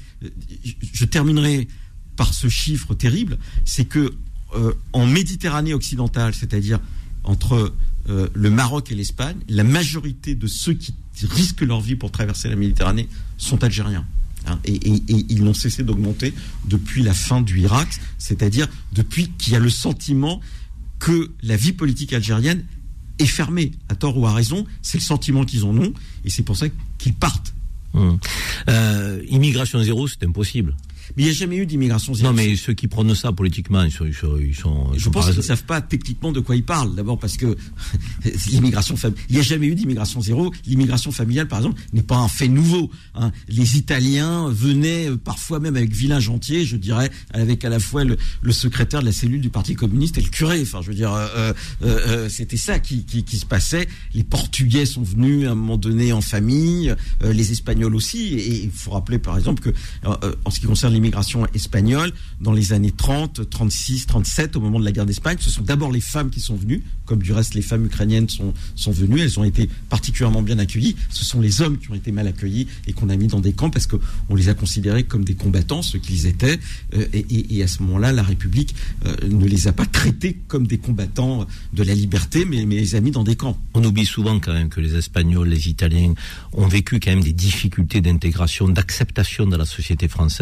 je terminerai par ce chiffre terrible, c'est que euh, en Méditerranée occidentale, c'est-à-dire entre euh, le Maroc et l'Espagne, la majorité de ceux qui risquent leur vie pour traverser la Méditerranée sont algériens. Hein, et, et, et ils n'ont cessé d'augmenter depuis la fin du Irak, c'est-à-dire depuis qu'il y a le sentiment que la vie politique algérienne est fermée, à tort ou à raison. C'est le sentiment qu'ils en ont, et c'est pour ça qu'ils partent. Hum. Euh, immigration zéro, c'est impossible. Mais il n'y a jamais eu d'immigration zéro. Non, mais ceux qui prônent ça politiquement, ils sont, ils sont, ils sont je pense qu'ils ne savent pas techniquement de quoi ils parlent. D'abord parce que l'immigration familiale, il n'y a jamais eu d'immigration zéro. L'immigration familiale, par exemple, n'est pas un fait nouveau. Hein. Les Italiens venaient parfois même avec vilain gentier, je dirais, avec à la fois le, le secrétaire de la cellule du Parti communiste et le curé. Enfin, je veux dire, euh, euh, c'était ça qui, qui, qui se passait. Les Portugais sont venus à un moment donné en famille, euh, les Espagnols aussi. Et il faut rappeler, par exemple, que euh, en ce qui concerne l'immigration espagnole, dans les années trente, trente-six, trente-sept, au moment de la guerre d'Espagne, ce sont d'abord les femmes qui sont venues, comme du reste les femmes ukrainiennes sont, sont venues, elles ont été particulièrement bien accueillies. Ce sont les hommes qui ont été mal accueillis et qu'on a mis dans des camps parce qu'on les a considérés comme des combattants, ce qu'ils étaient, euh, et, et, et à ce moment-là, la République euh, ne les a pas traités comme des combattants de la liberté, mais, mais les a mis dans des camps. On oublie souvent quand même que les Espagnols, les Italiens ont vécu quand même des difficultés d'intégration, d'acceptation de la société française.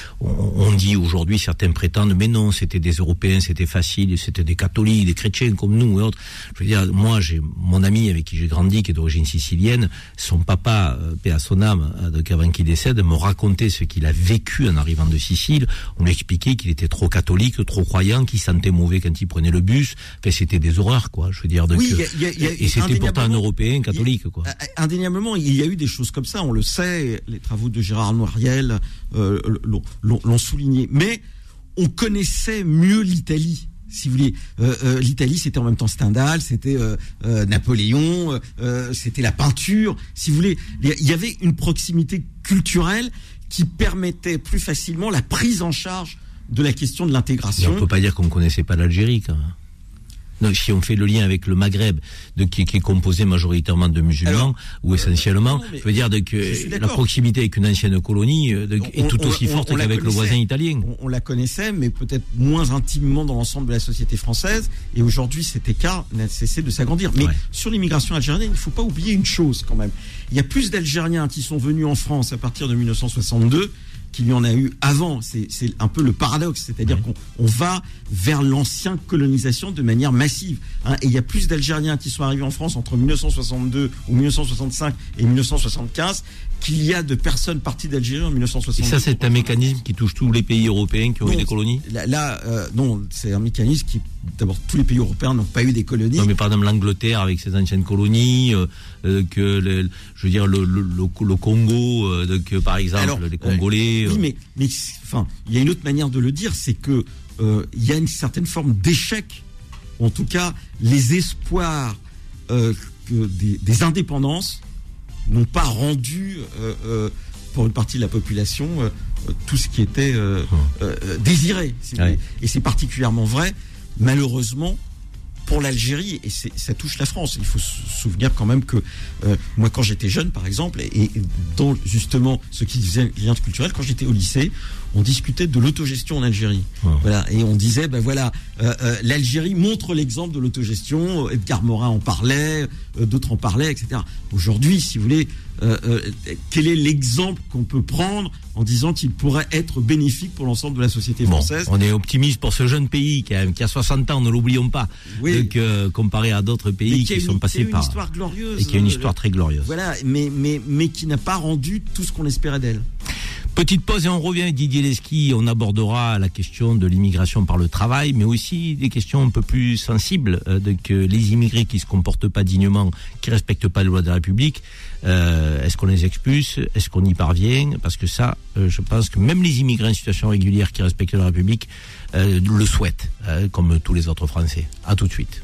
on, on dit aujourd'hui, certains prétendent, mais non, c'était des Européens, c'était facile, c'était des catholiques, des chrétiens comme nous et autres. Je veux dire, moi, j'ai mon ami avec qui j'ai grandi, qui est d'origine sicilienne, son papa, euh, paix à son âme, euh, donc avant qu'il décède, me racontait ce qu'il a vécu en arrivant de Sicile. On lui expliquait qu'il était trop catholique, trop croyant, qu'il sentait mauvais quand il prenait le bus. Enfin, c'était des horreurs, quoi. Je veux dire, donc, oui, y a, y a, y a, et c'était pourtant un Européen catholique, a, quoi. Indéniablement, il y a eu des choses comme ça, on le sait. Les travaux de Gérard Noiriel euh, l'ont, l'ont, l'ont souligné. Mais on connaissait mieux l'Italie. Si vous voulez, euh, euh, l'Italie, c'était en même temps Stendhal, c'était euh, euh, Napoléon, euh, c'était la peinture. Si vous voulez, il y avait une proximité culturelle qui permettait plus facilement la prise en charge de la question de l'intégration. Mais on peut pas dire qu'on ne connaissait pas l'Algérie, quand même. Donc, si on fait le lien avec le Maghreb, de, qui, qui est composé majoritairement de musulmans, alors, ou essentiellement, euh, non, je veux dire de, que la proximité avec une ancienne colonie de, on, est tout aussi on, forte on, on qu'avec le voisin italien. On, on la connaissait, mais peut-être moins intimement dans l'ensemble de la société française. Et aujourd'hui, cet écart n'a cessé de s'agrandir. Mais ouais. Sur l'immigration algérienne, il ne faut pas oublier une chose quand même. Il y a plus d'Algériens qui sont venus en France à partir de mille neuf cent soixante-deux qu'il y en a eu avant. C'est, c'est un peu le paradoxe, c'est-à-dire ouais. qu'on on va vers l'ancienne colonisation de manière massive. Hein, et il y a plus d'Algériens qui sont arrivés en France entre mille neuf cent soixante-deux ou mille neuf cent soixante-cinq et mille neuf cent soixante-quinze qu'il y a de personnes parties d'Algérie en mille neuf cent soixante-deux. Et ça, c'est un mécanisme qui touche tous les pays européens qui ont non, eu des colonies ? Là, là euh, non, c'est un mécanisme qui, d'abord, tous les pays européens n'ont pas eu des colonies. Non, mais par exemple, l'Angleterre avec ses anciennes colonies, euh, euh, que le, je veux dire le, le, le, le Congo, euh, que par exemple alors, les Congolais. Euh, oui, mais, mais enfin, il y a une autre manière de le dire, c'est que euh, il y a une certaine forme d'échec, en tout cas, les espoirs euh, que des, des indépendances n'ont pas rendu euh, euh, pour une partie de la population euh, tout ce qui était euh, euh, désiré. Si ouais. Et c'est particulièrement vrai, malheureusement, pour l'Algérie, et c'est, ça touche la France. Il faut se souvenir quand même que euh, moi, quand j'étais jeune, par exemple, et, et dans justement ce qui faisait lien culturel, quand j'étais au lycée, on discutait de l'autogestion en Algérie. Oh. Voilà, et on disait, ben voilà, euh, euh, l'Algérie montre l'exemple de l'autogestion. Edgar Morin en parlait, euh, d'autres en parlaient, et cetera. Aujourd'hui, si vous voulez, euh, euh, quel est l'exemple qu'on peut prendre en disant qu'il pourrait être bénéfique pour l'ensemble de la société française ? Bon, on est optimiste pour ce jeune pays qui a, qui a soixante ans, ne l'oublions pas, oui. Donc, euh, comparé à d'autres pays qui, qui sont une, passés qui par... Qui a une histoire glorieuse. Et qui a une histoire très glorieuse. Voilà, mais, mais, mais qui n'a pas rendu tout ce qu'on espérait d'elle. Petite pause et on revient avec Didier Lesky. On abordera la question de l'immigration par le travail, mais aussi des questions un peu plus sensibles, euh, de que les immigrés qui se comportent pas dignement, qui respectent pas les lois de la République, euh, est-ce qu'on les expulse ? Est-ce qu'on y parvient ? Parce que ça, euh, je pense que même les immigrés en situation régulière qui respectent la République euh, le souhaitent, euh, comme tous les autres Français. À tout de suite.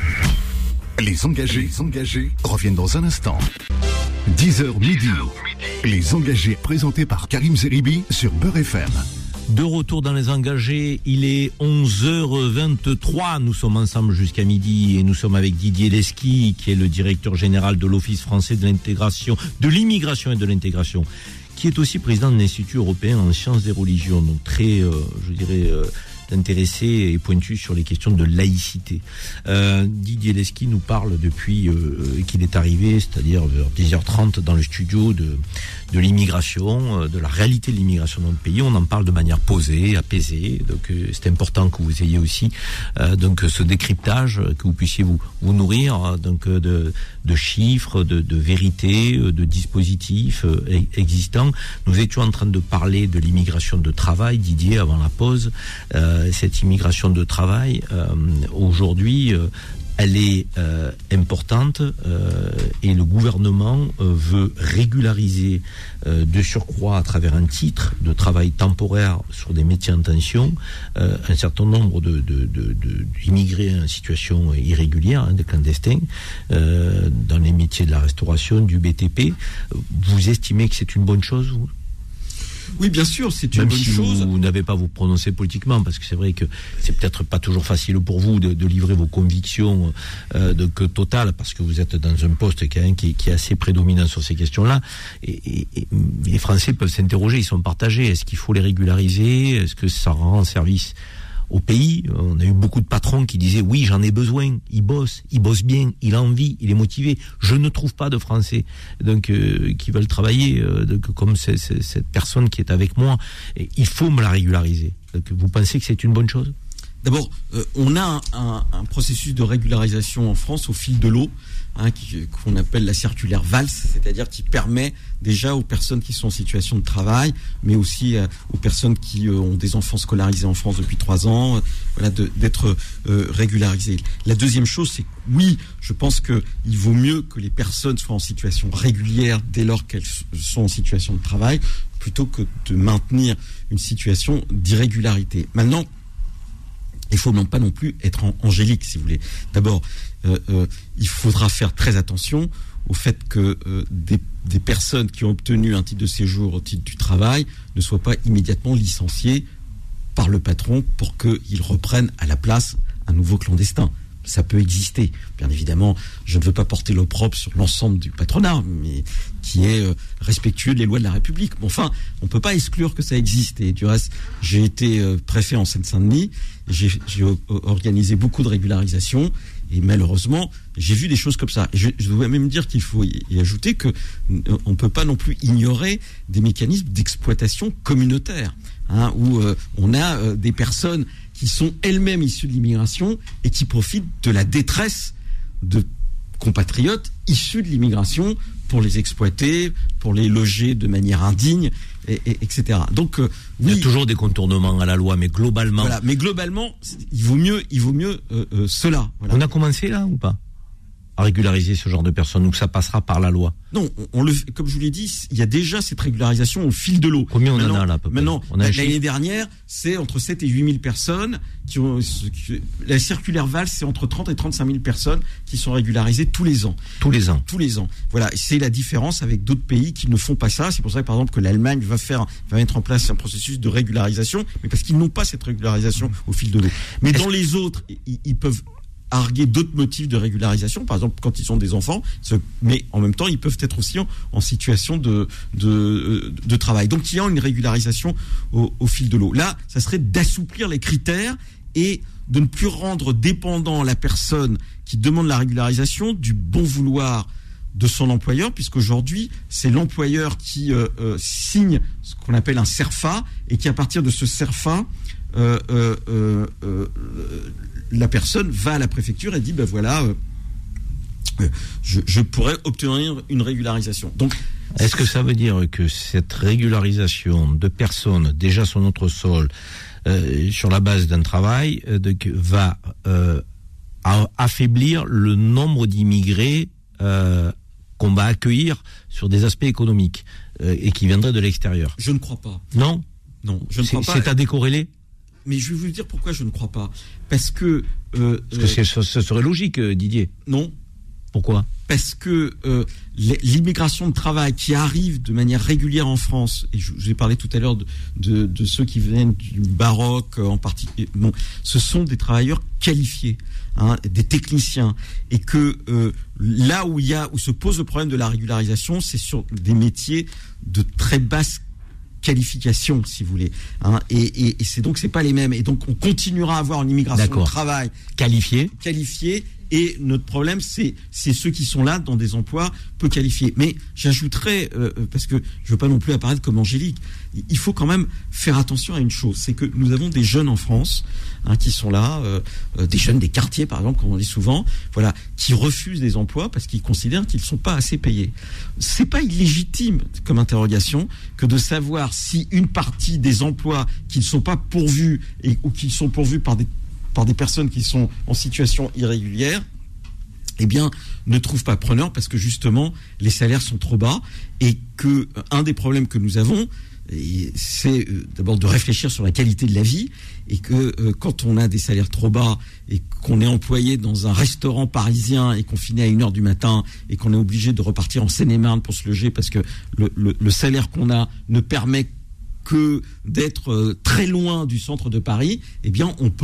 Les engagés, les engagés reviennent dans un instant. dix heures midi. Les engagés présentés par Karim Zeribi sur Beurre F M. De retour dans les engagés, il est onze heures vingt-trois. Nous sommes ensemble jusqu'à midi et nous sommes avec Didier Lesky, qui est le directeur général de l'Office français de l'intégration, de l'immigration et de l'intégration, qui est aussi président de l'Institut européen en sciences des religions. Donc très, euh, je dirais, euh, intéressé et pointu sur les questions de laïcité. Euh, Didier Lesky nous parle depuis euh, qu'il est arrivé, c'est-à-dire vers dix heures trente dans le studio de, de l'immigration, euh, de la réalité de l'immigration dans le pays. On en parle de manière posée, apaisée. Donc euh, c'est important que vous ayez aussi euh, donc ce décryptage, que vous puissiez vous, vous nourrir donc de, de chiffres, de, de vérités, de dispositifs euh, existants. Nous étions en train de parler de l'immigration de travail, Didier, avant la pause. Euh, cette immigration de travail, euh, aujourd'hui, euh, elle est euh, importante euh, et le gouvernement euh, veut régulariser euh, de surcroît à travers un titre de travail temporaire sur des métiers en tension euh, un certain nombre de, de, de, de, d'immigrés en situation irrégulière, hein, de clandestins, euh, dans les métiers de la restauration, du B T P. Vous estimez que c'est une bonne chose, vous ? Oui, bien sûr, c'est une Même bonne si chose. Vous, vous n'avez pas vous prononcer politiquement, parce que c'est vrai que c'est peut-être pas toujours facile pour vous de, de livrer vos convictions euh, de, que totales, parce que vous êtes dans un poste qui, qui, qui est assez prédominant sur ces questions-là. Et, et, et les Français peuvent s'interroger, ils sont partagés. Est-ce qu'il faut les régulariser ? Est-ce que ça rend service au pays. On a eu beaucoup de patrons qui disaient oui, j'en ai besoin, il bosse, il bosse bien, il a envie, il est motivé. Je ne trouve pas de Français donc euh, qui veulent travailler euh, donc, comme c'est, c'est, cette personne qui est avec moi. Et il faut me la régulariser. Donc, vous pensez que c'est une bonne chose ? D'abord, euh, on a un, un, un processus de régularisation en France au fil de l'eau, hein, qui, qu'on appelle la circulaire Valls, c'est-à-dire qui permet déjà aux personnes qui sont en situation de travail, mais aussi euh, aux personnes qui euh, ont des enfants scolarisés en France depuis trois ans, euh, voilà, de, d'être euh, régularisées. La deuxième chose, c'est que oui, je pense que il vaut mieux que les personnes soient en situation régulière dès lors qu'elles sont en situation de travail, plutôt que de maintenir une situation d'irrégularité. Maintenant, il faut non pas non plus être en, angélique, si vous voulez. D'abord, euh, euh, il faudra faire très attention au fait que euh, des, des personnes qui ont obtenu un titre de séjour au titre du travail ne soient pas immédiatement licenciées par le patron pour qu'ils reprennent à la place un nouveau clandestin. Ça peut exister. Bien évidemment, je ne veux pas porter l'opprobre sur l'ensemble du patronat, mais qui est euh, respectueux des lois de la République. Mais enfin, on ne peut pas exclure que ça existe. Et du reste, j'ai été euh, préfet en Seine-Saint-Denis, j'ai, j'ai euh, organisé beaucoup de régularisations, et malheureusement, j'ai vu des choses comme ça. Et je, je dois même dire qu'il faut y, y ajouter que euh, on ne peut pas non plus ignorer des mécanismes d'exploitation communautaire, hein, où euh, on a euh, des personnes qui sont elles-mêmes issues de l'immigration et qui profitent de la détresse de compatriotes issus de l'immigration pour les exploiter, pour les loger de manière indigne, et, et, etc. Donc, euh, oui, il y a toujours des contournements à la loi, mais globalement... Voilà, mais globalement, il vaut mieux, il vaut mieux euh, euh, cela. Voilà. On a commencé là ou pas à régulariser ce genre de personnes, ou ça passera par la loi? Non, on, on le, comme je vous l'ai dit, il y a déjà cette régularisation au fil de l'eau. Combien on maintenant, en a là à peu près? Maintenant, on a l'année dernière, c'est entre sept et huit mille personnes qui ont. Qui, la circulaire Valls, c'est entre trente et trente-cinq mille personnes qui sont régularisées tous les ans. Tous les ans. Tous les ans. Voilà, c'est la différence avec d'autres pays qui ne font pas ça. C'est pour ça, par exemple, que l'Allemagne va faire, va mettre en place un processus de régularisation, mais parce qu'ils n'ont pas cette régularisation au fil de l'eau. Mais Est-ce dans les autres, ils, ils peuvent arguer d'autres motifs de régularisation, par exemple quand ils ont des enfants, mais en même temps ils peuvent être aussi en, en situation de, de, de travail. Donc il y a une régularisation au, au fil de l'eau. Là, ça serait d'assouplir les critères et de ne plus rendre dépendant la personne qui demande la régularisation du bon vouloir de son employeur, puisqu'aujourd'hui c'est l'employeur qui euh, euh, signe ce qu'on appelle un CERFA, et qui à partir de ce CERFA euh, euh, euh, euh, la personne va à la préfecture et dit ben voilà, euh, je, je pourrais obtenir une régularisation. Donc, est-ce que ça veut dire que cette régularisation de personnes déjà sur notre sol, euh, sur la base d'un travail, euh, de, va euh, affaiblir le nombre d'immigrés euh, qu'on va accueillir sur des aspects économiques euh, et qui viendraient de l'extérieur? Je ne crois pas. Non, non, je ne c'est, crois pas. C'est à décorréler. Mais je vais vous dire pourquoi je ne crois pas. Parce que... Euh, Parce que c'est, ce serait logique, Didier. Non. Pourquoi? Parce que euh, l'immigration de travail qui arrive de manière régulière en France, et je vous ai parlé tout à l'heure de, de, de ceux qui viennent du Maroc en particulier, bon, ce sont des travailleurs qualifiés, hein, des techniciens, et que euh, là où il y a où se pose le problème de la régularisation, c'est sur des métiers de très basse qualification, si vous voulez, hein, et, et, et c'est donc c'est pas les mêmes, et donc on continuera à avoir une immigration D'accord. de travail qualifiée, qualifiée. Et notre problème, c'est, c'est ceux qui sont là dans des emplois peu qualifiés. Mais j'ajouterais, euh, parce que je veux pas non plus apparaître comme angélique, il faut quand même faire attention à une chose, c'est que nous avons des jeunes en France, hein, qui sont là, euh, des jeunes des quartiers par exemple, comme on dit souvent, voilà, qui refusent des emplois parce qu'ils considèrent qu'ils ne sont pas assez payés. C'est pas illégitime comme interrogation que de savoir si une partie des emplois qui ne sont pas pourvus et, ou qui sont pourvus par des par des personnes qui sont en situation irrégulière, eh bien, ne trouvent pas preneur parce que justement, les salaires sont trop bas, et que euh, un des problèmes que nous avons, et c'est euh, d'abord de réfléchir sur la qualité de la vie, et que euh, quand on a des salaires trop bas et qu'on est employé dans un restaurant parisien et qu'on finit à une heure du matin et qu'on est obligé de repartir en Seine-et-Marne pour se loger parce que le, le, le salaire qu'on a ne permet que d'être très loin du centre de Paris, eh bien, on peut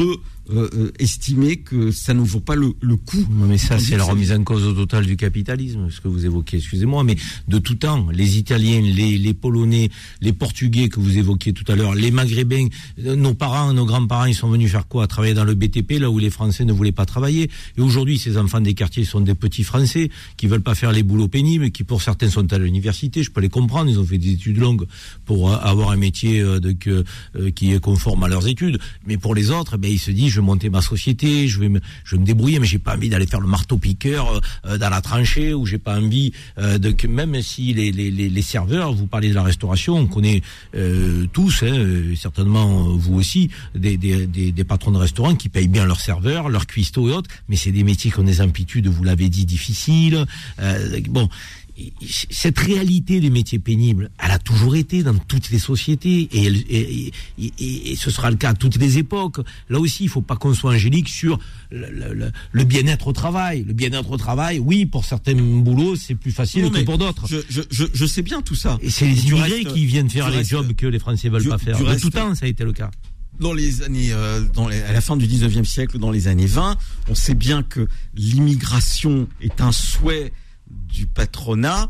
euh, euh, estimer que ça ne vaut pas le, le coup. Non, mais ça, c'est la remise en cause au total du capitalisme, ce que vous évoquez. Excusez-moi, mais de tout temps, les Italiens, les, les Polonais, les Portugais que vous évoquiez tout à l'heure, les Maghrébins, nos parents, nos grands-parents, ils sont venus faire quoi? Travailler dans le B T P, là où les Français ne voulaient pas travailler. Et aujourd'hui, ces enfants des quartiers sont des petits Français qui veulent pas faire les boulots pénibles, qui pour certains sont à l'université. Je peux les comprendre. Ils ont fait des études longues pour euh, avoir un métier euh, de, que, euh, qui est conforme à leurs études. Mais pour les autres, ben, ils se disent, je vais monter ma société, je vais me, je vais me débrouiller, mais j'ai pas envie d'aller faire le marteau-piqueur euh, dans la tranchée, ou j'ai pas envie euh, de que, même si les, les, les, les serveurs, vous parlez de la restauration, on connaît euh, tous, hein, certainement vous aussi, des, des, des, des patrons de restaurants qui payent bien leurs serveurs, leurs cuistots et autres, mais c'est des métiers qui ont des amplitudes, vous l'avez dit, difficiles. Euh, bon. Cette réalité des métiers pénibles, elle a toujours été dans toutes les sociétés, et, elle, et, et, et, et ce sera le cas à toutes les époques. Là aussi, il faut pas qu'on soit angélique sur le, le, le bien-être au travail. Le bien-être au travail, oui, pour certains boulots, c'est plus facile non, que pour d'autres. Je, je, je, je sais bien tout ça. Et c'est les immigrés qui viennent faire les jobs que les Français veulent du, pas faire. De reste, tout temps, ça a été le cas. Dans les années, euh, dans les, à la fin du dix-neuvième siècle, dans les années vingt, on sait bien que l'immigration est un souhait du patronat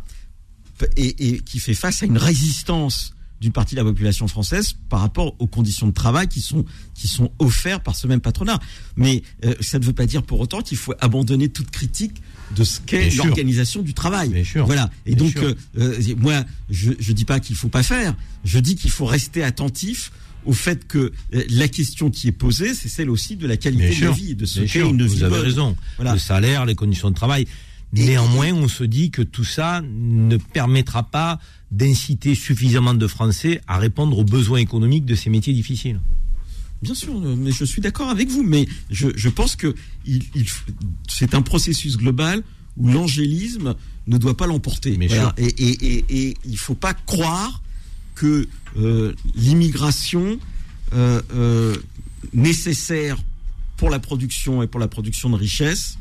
et, et qui fait face à une résistance d'une partie de la population française par rapport aux conditions de travail qui sont qui sont offertes par ce même patronat. Mais euh, ça ne veut pas dire pour autant qu'il faut abandonner toute critique de ce qu'est Bien l'organisation sûr. Du travail. Bien sûr. Voilà. Et Bien donc euh, euh, moi je je dis pas qu'il faut pas faire, je dis qu'il faut rester attentif au fait que euh, la question qui est posée, c'est celle aussi de la qualité Bien de sûr. La vie et de ce qu'est une vie. Vous avez raison. Voilà. Le salaire, les conditions de travail. Néanmoins, on se dit que tout ça ne permettra pas d'inciter suffisamment de Français à répondre aux besoins économiques de ces métiers difficiles. Bien sûr, mais je suis d'accord avec vous, mais je, je pense que il, il, c'est un processus global où l'angélisme ne doit pas l'emporter. Voilà. Et, et, et, et il ne faut pas croire que euh, l'immigration euh, euh, nécessaire pour la production et pour la production de richesse,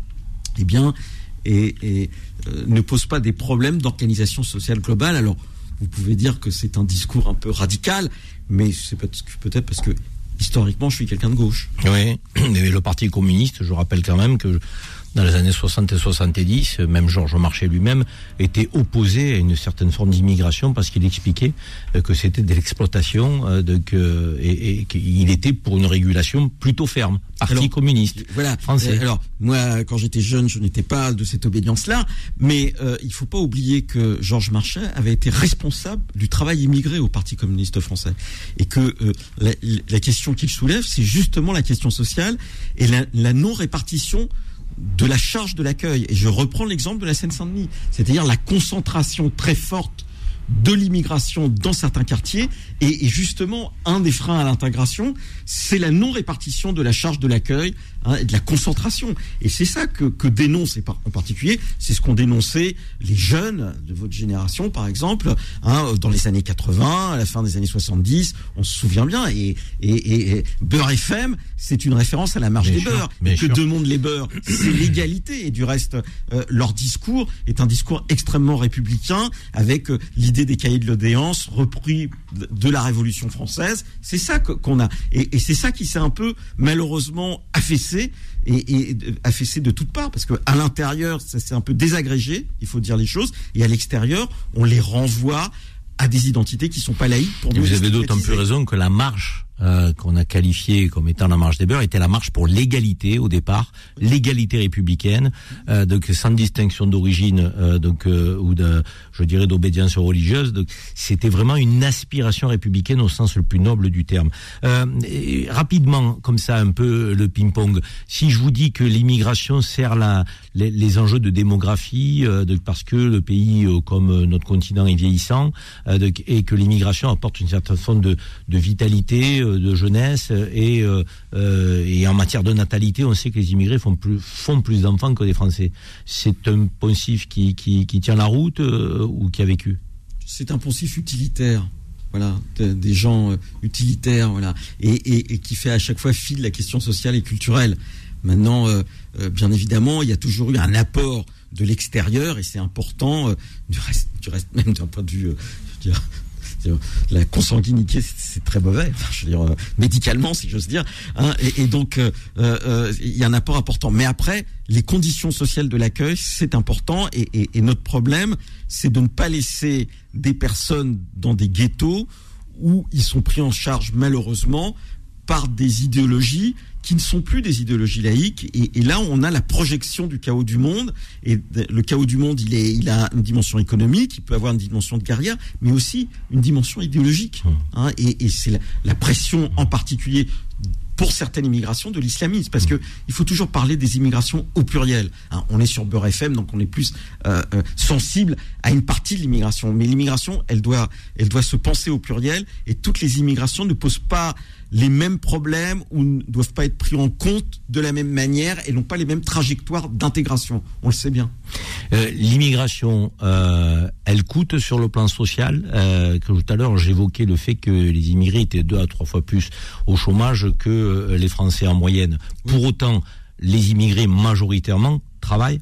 eh bien, et, et euh, ne pose pas des problèmes d'organisation sociale globale. Alors, vous pouvez dire que c'est un discours un peu radical, mais c'est peut-être parce que historiquement, je suis quelqu'un de gauche. Oui, mais le Parti communiste, je rappelle quand même que dans les années soixante et soixante-dix, même Georges Marchais lui-même était opposé à une certaine forme d'immigration parce qu'il expliquait que c'était de l'exploitation de, que, et, et qu'il était pour une régulation plutôt ferme. Parti alors, communiste voilà. français. Alors, moi, quand j'étais jeune, je n'étais pas de cette obédience-là, mais euh, il ne faut pas oublier que Georges Marchais avait été responsable du travail immigré au Parti communiste français. Et que euh, la, la question qu'il soulève, c'est justement la question sociale et la, la non-répartition de la charge de l'accueil. Et je reprends l'exemple de la Seine-Saint-Denis, c'est-à-dire la concentration très forte de l'immigration dans certains quartiers, et, et justement un des freins à l'intégration, c'est la non-répartition de la charge de l'accueil, hein, et de la concentration. Et c'est ça que, que dénonce, et par, en particulier, c'est ce qu'ont dénoncé les jeunes de votre génération, par exemple, hein, dans les années quatre-vingts, à la fin des années soixante-dix, on se souvient bien, et, et, et, et Beurre F M, c'est une référence à la marche mais des sûr, beurs. Que sûr. Demandent les beurs, c'est l'égalité, et du reste, euh, leur discours est un discours extrêmement républicain, avec euh, l'idée des cahiers de l'audience repris de la Révolution française. C'est ça qu'on a. Et, et c'est ça qui s'est un peu, malheureusement, affaissé, et, et affaissé de toutes parts, parce qu'à l'intérieur, ça s'est un peu désagrégé, il faut dire les choses, et à l'extérieur, on les renvoie à des identités qui ne sont pas laïques. Pour et vous avez d'autant plus raison que la marche Euh, qu'on a qualifié comme étant la marche des beurs était la marche pour l'égalité au départ, l'égalité républicaine, euh, donc sans distinction d'origine, euh, donc euh, ou de, je dirais, d'obédience religieuse. Donc c'était vraiment une aspiration républicaine au sens le plus noble du terme. Euh, et rapidement, comme ça, un peu le ping-pong. Si je vous dis que l'immigration sert la, les, les enjeux de démographie, euh, de, parce que le pays, euh, comme notre continent, est vieillissant, euh, de, et que l'immigration apporte une certaine forme de, de vitalité, de jeunesse, et, euh, euh, et en matière de natalité, on sait que les immigrés font plus, font plus d'enfants que les Français. C'est un poncif qui, qui, qui tient la route euh, ou qui a vécu? C'est un poncif utilitaire. Voilà, de, des gens euh, utilitaires, voilà, et, et, et qui fait à chaque fois fi de la question sociale et culturelle. Maintenant, euh, euh, bien évidemment, il y a toujours eu un apport de l'extérieur, et c'est important, euh, du reste, du reste même d'un point de vue, euh, je veux dire, la consanguinité, c'est, c'est très mauvais. Enfin, je veux dire, euh, médicalement, si j'ose dire. Hein, et, et donc, euh, euh, il y a un apport important. Mais après, les conditions sociales de l'accueil, c'est important. Et, et, et notre problème, c'est de ne pas laisser des personnes dans des ghettos où ils sont pris en charge, malheureusement, par des idéologies qui ne sont plus des idéologies laïques. Et, et là, on a la projection du chaos du monde. Et le chaos du monde, il, est, il a une dimension économique, il peut avoir une dimension de guerrière, mais aussi une dimension idéologique. Hein, et, et c'est la, la pression en particulier pour certaines immigrations de l'islamisme, parce que il faut toujours parler des immigrations au pluriel. Hein, on est sur Beurre F M, donc on est plus euh, euh, sensible à une partie de l'immigration. Mais l'immigration, elle doit, elle doit se penser au pluriel, et toutes les immigrations ne posent pas les mêmes problèmes ou ne doivent pas être pris en compte de la même manière et n'ont pas les mêmes trajectoires d'intégration. On le sait bien. Euh, l'immigration, euh, elle coûte sur le plan social. Euh, que tout à l'heure, j'évoquais le fait que les immigrés étaient deux à trois fois plus au chômage que euh, les Français en moyenne. Oui. Pour autant, les immigrés majoritairement travaillent.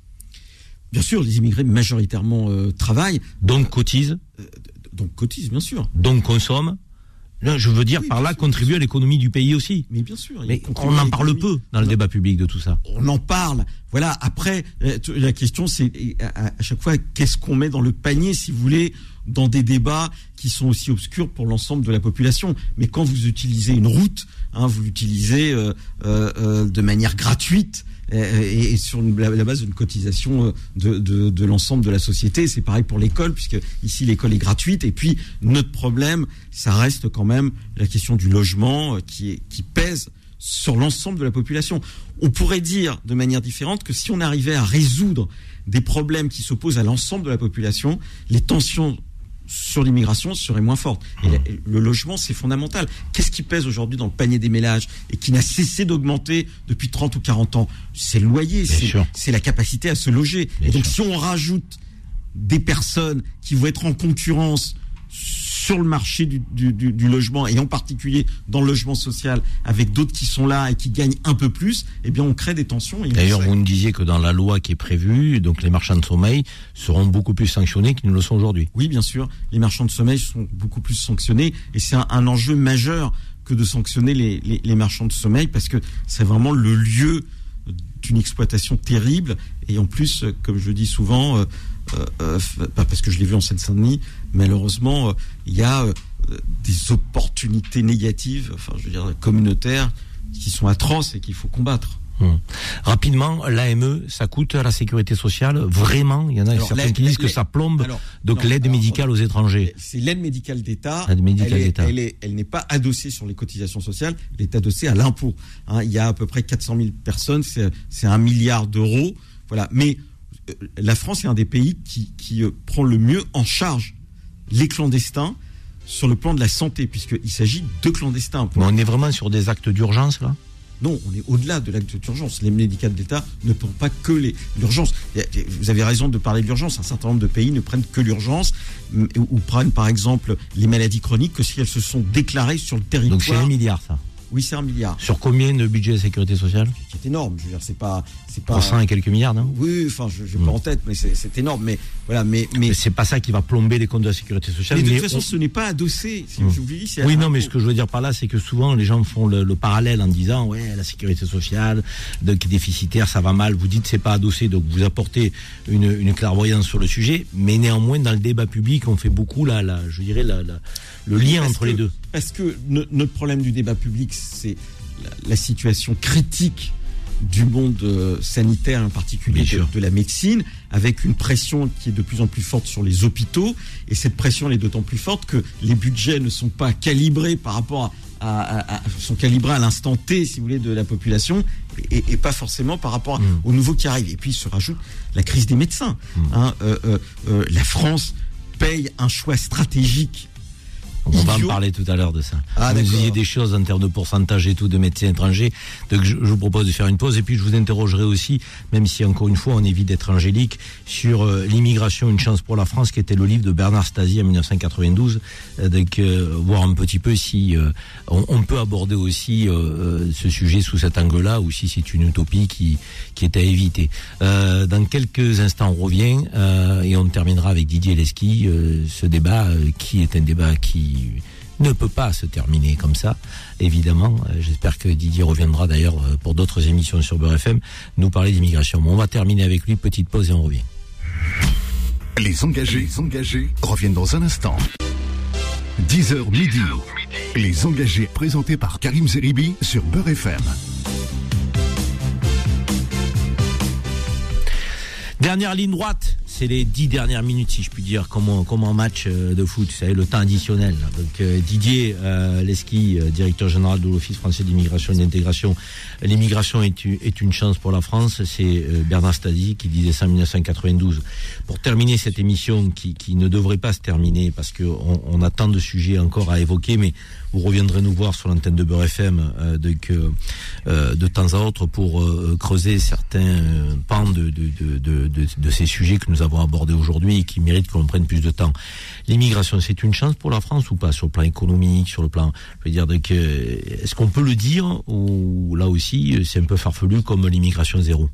Bien sûr, les immigrés majoritairement euh, travaillent. Donc cotisent. Euh, donc cotisent, bien sûr. Donc consomment. Là, je veux dire, oui, par là, sûr, contribuer à l'économie du pays aussi. Mais bien sûr. Mais on en parle peu dans le non. débat public de tout ça. On en parle. Voilà. Après, la question, c'est à chaque fois, qu'est-ce qu'on met dans le panier, si vous voulez, dans des débats qui sont aussi obscurs pour l'ensemble de la population. Mais quand vous utilisez une route, hein, vous l'utilisez euh, euh, de manière gratuite. Et, et sur la, la base d'une cotisation de, de, de l'ensemble de la société. C'est pareil pour l'école, puisque ici l'école est gratuite. Et puis notre problème, ça reste quand même la question du logement qui, est, qui pèse sur l'ensemble de la population. On pourrait dire de manière différente que si on arrivait à résoudre des problèmes qui s'opposent à l'ensemble de la population, les tensions sur l'immigration serait moins forte. Et la, le logement, c'est fondamental. Qu'est-ce qui pèse aujourd'hui dans le panier des ménages et qui n'a cessé d'augmenter depuis trente ou quarante ans? C'est le loyer, c'est, c'est la capacité à se loger. Bien et donc, sûr. Si on rajoute des personnes qui vont être en concurrence sur le marché du, du, du, du logement, et en particulier dans le logement social, avec d'autres qui sont là et qui gagnent un peu plus, eh bien on crée des tensions. Et D'ailleurs, vous nous disiez que dans la loi qui est prévue, donc les marchands de sommeil seront beaucoup plus sanctionnés qu'ils ne le sont aujourd'hui. Oui, bien sûr, les marchands de sommeil sont beaucoup plus sanctionnés, et c'est un, un enjeu majeur que de sanctionner les, les, les marchands de sommeil, parce que c'est vraiment le lieu d'une exploitation terrible, et en plus, comme je dis souvent, euh, euh, euh, parce que je l'ai vu en Seine-Saint-Denis, malheureusement, il euh, y a euh, des opportunités négatives, enfin, je veux dire, communautaires, qui sont atroces et qu'il faut combattre. Hum. Rapidement, l'A M E, ça coûte à la sécurité sociale? Vraiment? Il y en a alors, certains qui disent que ça plombe alors, donc non, l'aide alors, médicale aux étrangers. C'est l'aide médicale d'État. L'aide médicale elle, est, d'État. Elle, est, elle n'est pas adossée sur les cotisations sociales, elle est adossée à l'impôt. Hein, il y a à peu près quatre cent mille personnes, c'est, c'est un milliard d'euros. Voilà. Mais euh, la France est un des pays qui, qui euh, prend le mieux en charge les clandestins sur le plan de la santé, puisqu'il s'agit de clandestins. Mais on est vraiment sur des actes d'urgence, là? Non, on est au-delà de l'acte d'urgence. Les médicales d'État ne prennent pas que les, l'urgence. Vous avez raison de parler de l'urgence. Un certain nombre de pays ne prennent que l'urgence ou prennent par exemple les maladies chroniques que si elles se sont déclarées sur le territoire. Donc c'est un milliard, ça? Oui, c'est un milliard. Sur combien de budget de sécurité sociale? Qui est énorme. Je veux dire, c'est pas, c'est pas. Pour cent et quelques milliards, non? Oui, enfin, je n'ai mmh. pas en tête, mais c'est, c'est énorme. Mais voilà, mais, mais. mais c'est pas ça qui va plomber les comptes de la sécurité sociale. Mais de mais toute façon, on... ce n'est pas adossé. Si mmh. je vous dis, c'est oui, non, mais ce que je veux dire par là, c'est que souvent les gens font le, le parallèle en disant, ouais, la sécurité sociale, de, qui est déficitaire, ça va mal. Vous dites c'est pas adossé, donc vous apportez une, une clairvoyance sur le sujet. Mais néanmoins, dans le débat public, on fait beaucoup là, là, je dirais, la, la, le lien parce entre que, les deux. Parce que ne, notre problème du débat public, c'est la, la situation critique du monde euh, sanitaire, en particulier de, de la médecine, avec une pression qui est de plus en plus forte sur les hôpitaux. Et cette pression elle est d'autant plus forte que les budgets ne sont pas calibrés par rapport à, à, à, à sont calibrés à l'instant T, si vous voulez, de la population, et, et pas forcément par rapport mmh. aux nouveaux qui arrivent. Et puis il se rajoute la crise des médecins. Mmh. Hein, euh, euh, euh, la France paye un choix stratégique On va en idiot. parler tout à l'heure de ça. Ah, vous d'accord. disiez des choses en termes de pourcentage et tout de médecins étrangers. Donc je, je vous propose de faire une pause et puis je vous interrogerai aussi, même si encore une fois on évite d'être angélique, sur euh, l'immigration, une chance pour la France, qui était le livre de Bernard Stasi en dix-neuf cent quatre-vingt-douze. Euh, donc euh, voir un petit peu si euh, on, on peut aborder aussi euh, ce sujet sous cet angle-là ou si c'est une utopie qui, qui est à éviter. Euh, dans quelques instants on revient euh, et on terminera avec Didier Lesky euh, ce débat euh, qui est un débat qui ne peut pas se terminer comme ça, évidemment. Euh, j'espère que Didier reviendra d'ailleurs euh, pour d'autres émissions sur Beurre F M nous parler d'immigration. Bon, on va terminer avec lui, petite pause et on revient. Les engagés, les engagés reviennent dans un instant. dix heures midi. Les engagés présentés par Karim Zeribi sur Beurre F M. Dernière ligne droite, c'est les dix dernières minutes, si je puis dire, comme, en- comme en match euh, de foot, vous savez, le temps additionnel. Donc euh, Didier euh, Lesky, euh, directeur général de l'Office français d'immigration et d'intégration. L'immigration est, u- est une chance pour la France, c'est euh, Bernard Stasi qui disait ça en dix-neuf cent quatre-vingt-douze. Pour terminer cette émission qui, qui ne devrait pas se terminer, parce qu'on on a tant de sujets encore à évoquer, mais vous reviendrez nous voir sur l'antenne de Beurre F M euh, de, que, euh, de temps à autre pour euh, creuser certains euh, pans de, de, de, de, de, de ces sujets que nous avons abordés aujourd'hui et qui méritent que l'on prenne plus de temps. L'immigration, c'est une chance pour la France ou pas, sur le plan économique, sur le plan, je veux dire, donc, euh, est-ce qu'on peut le dire, ou là aussi c'est un peu farfelu comme l'immigration zéro?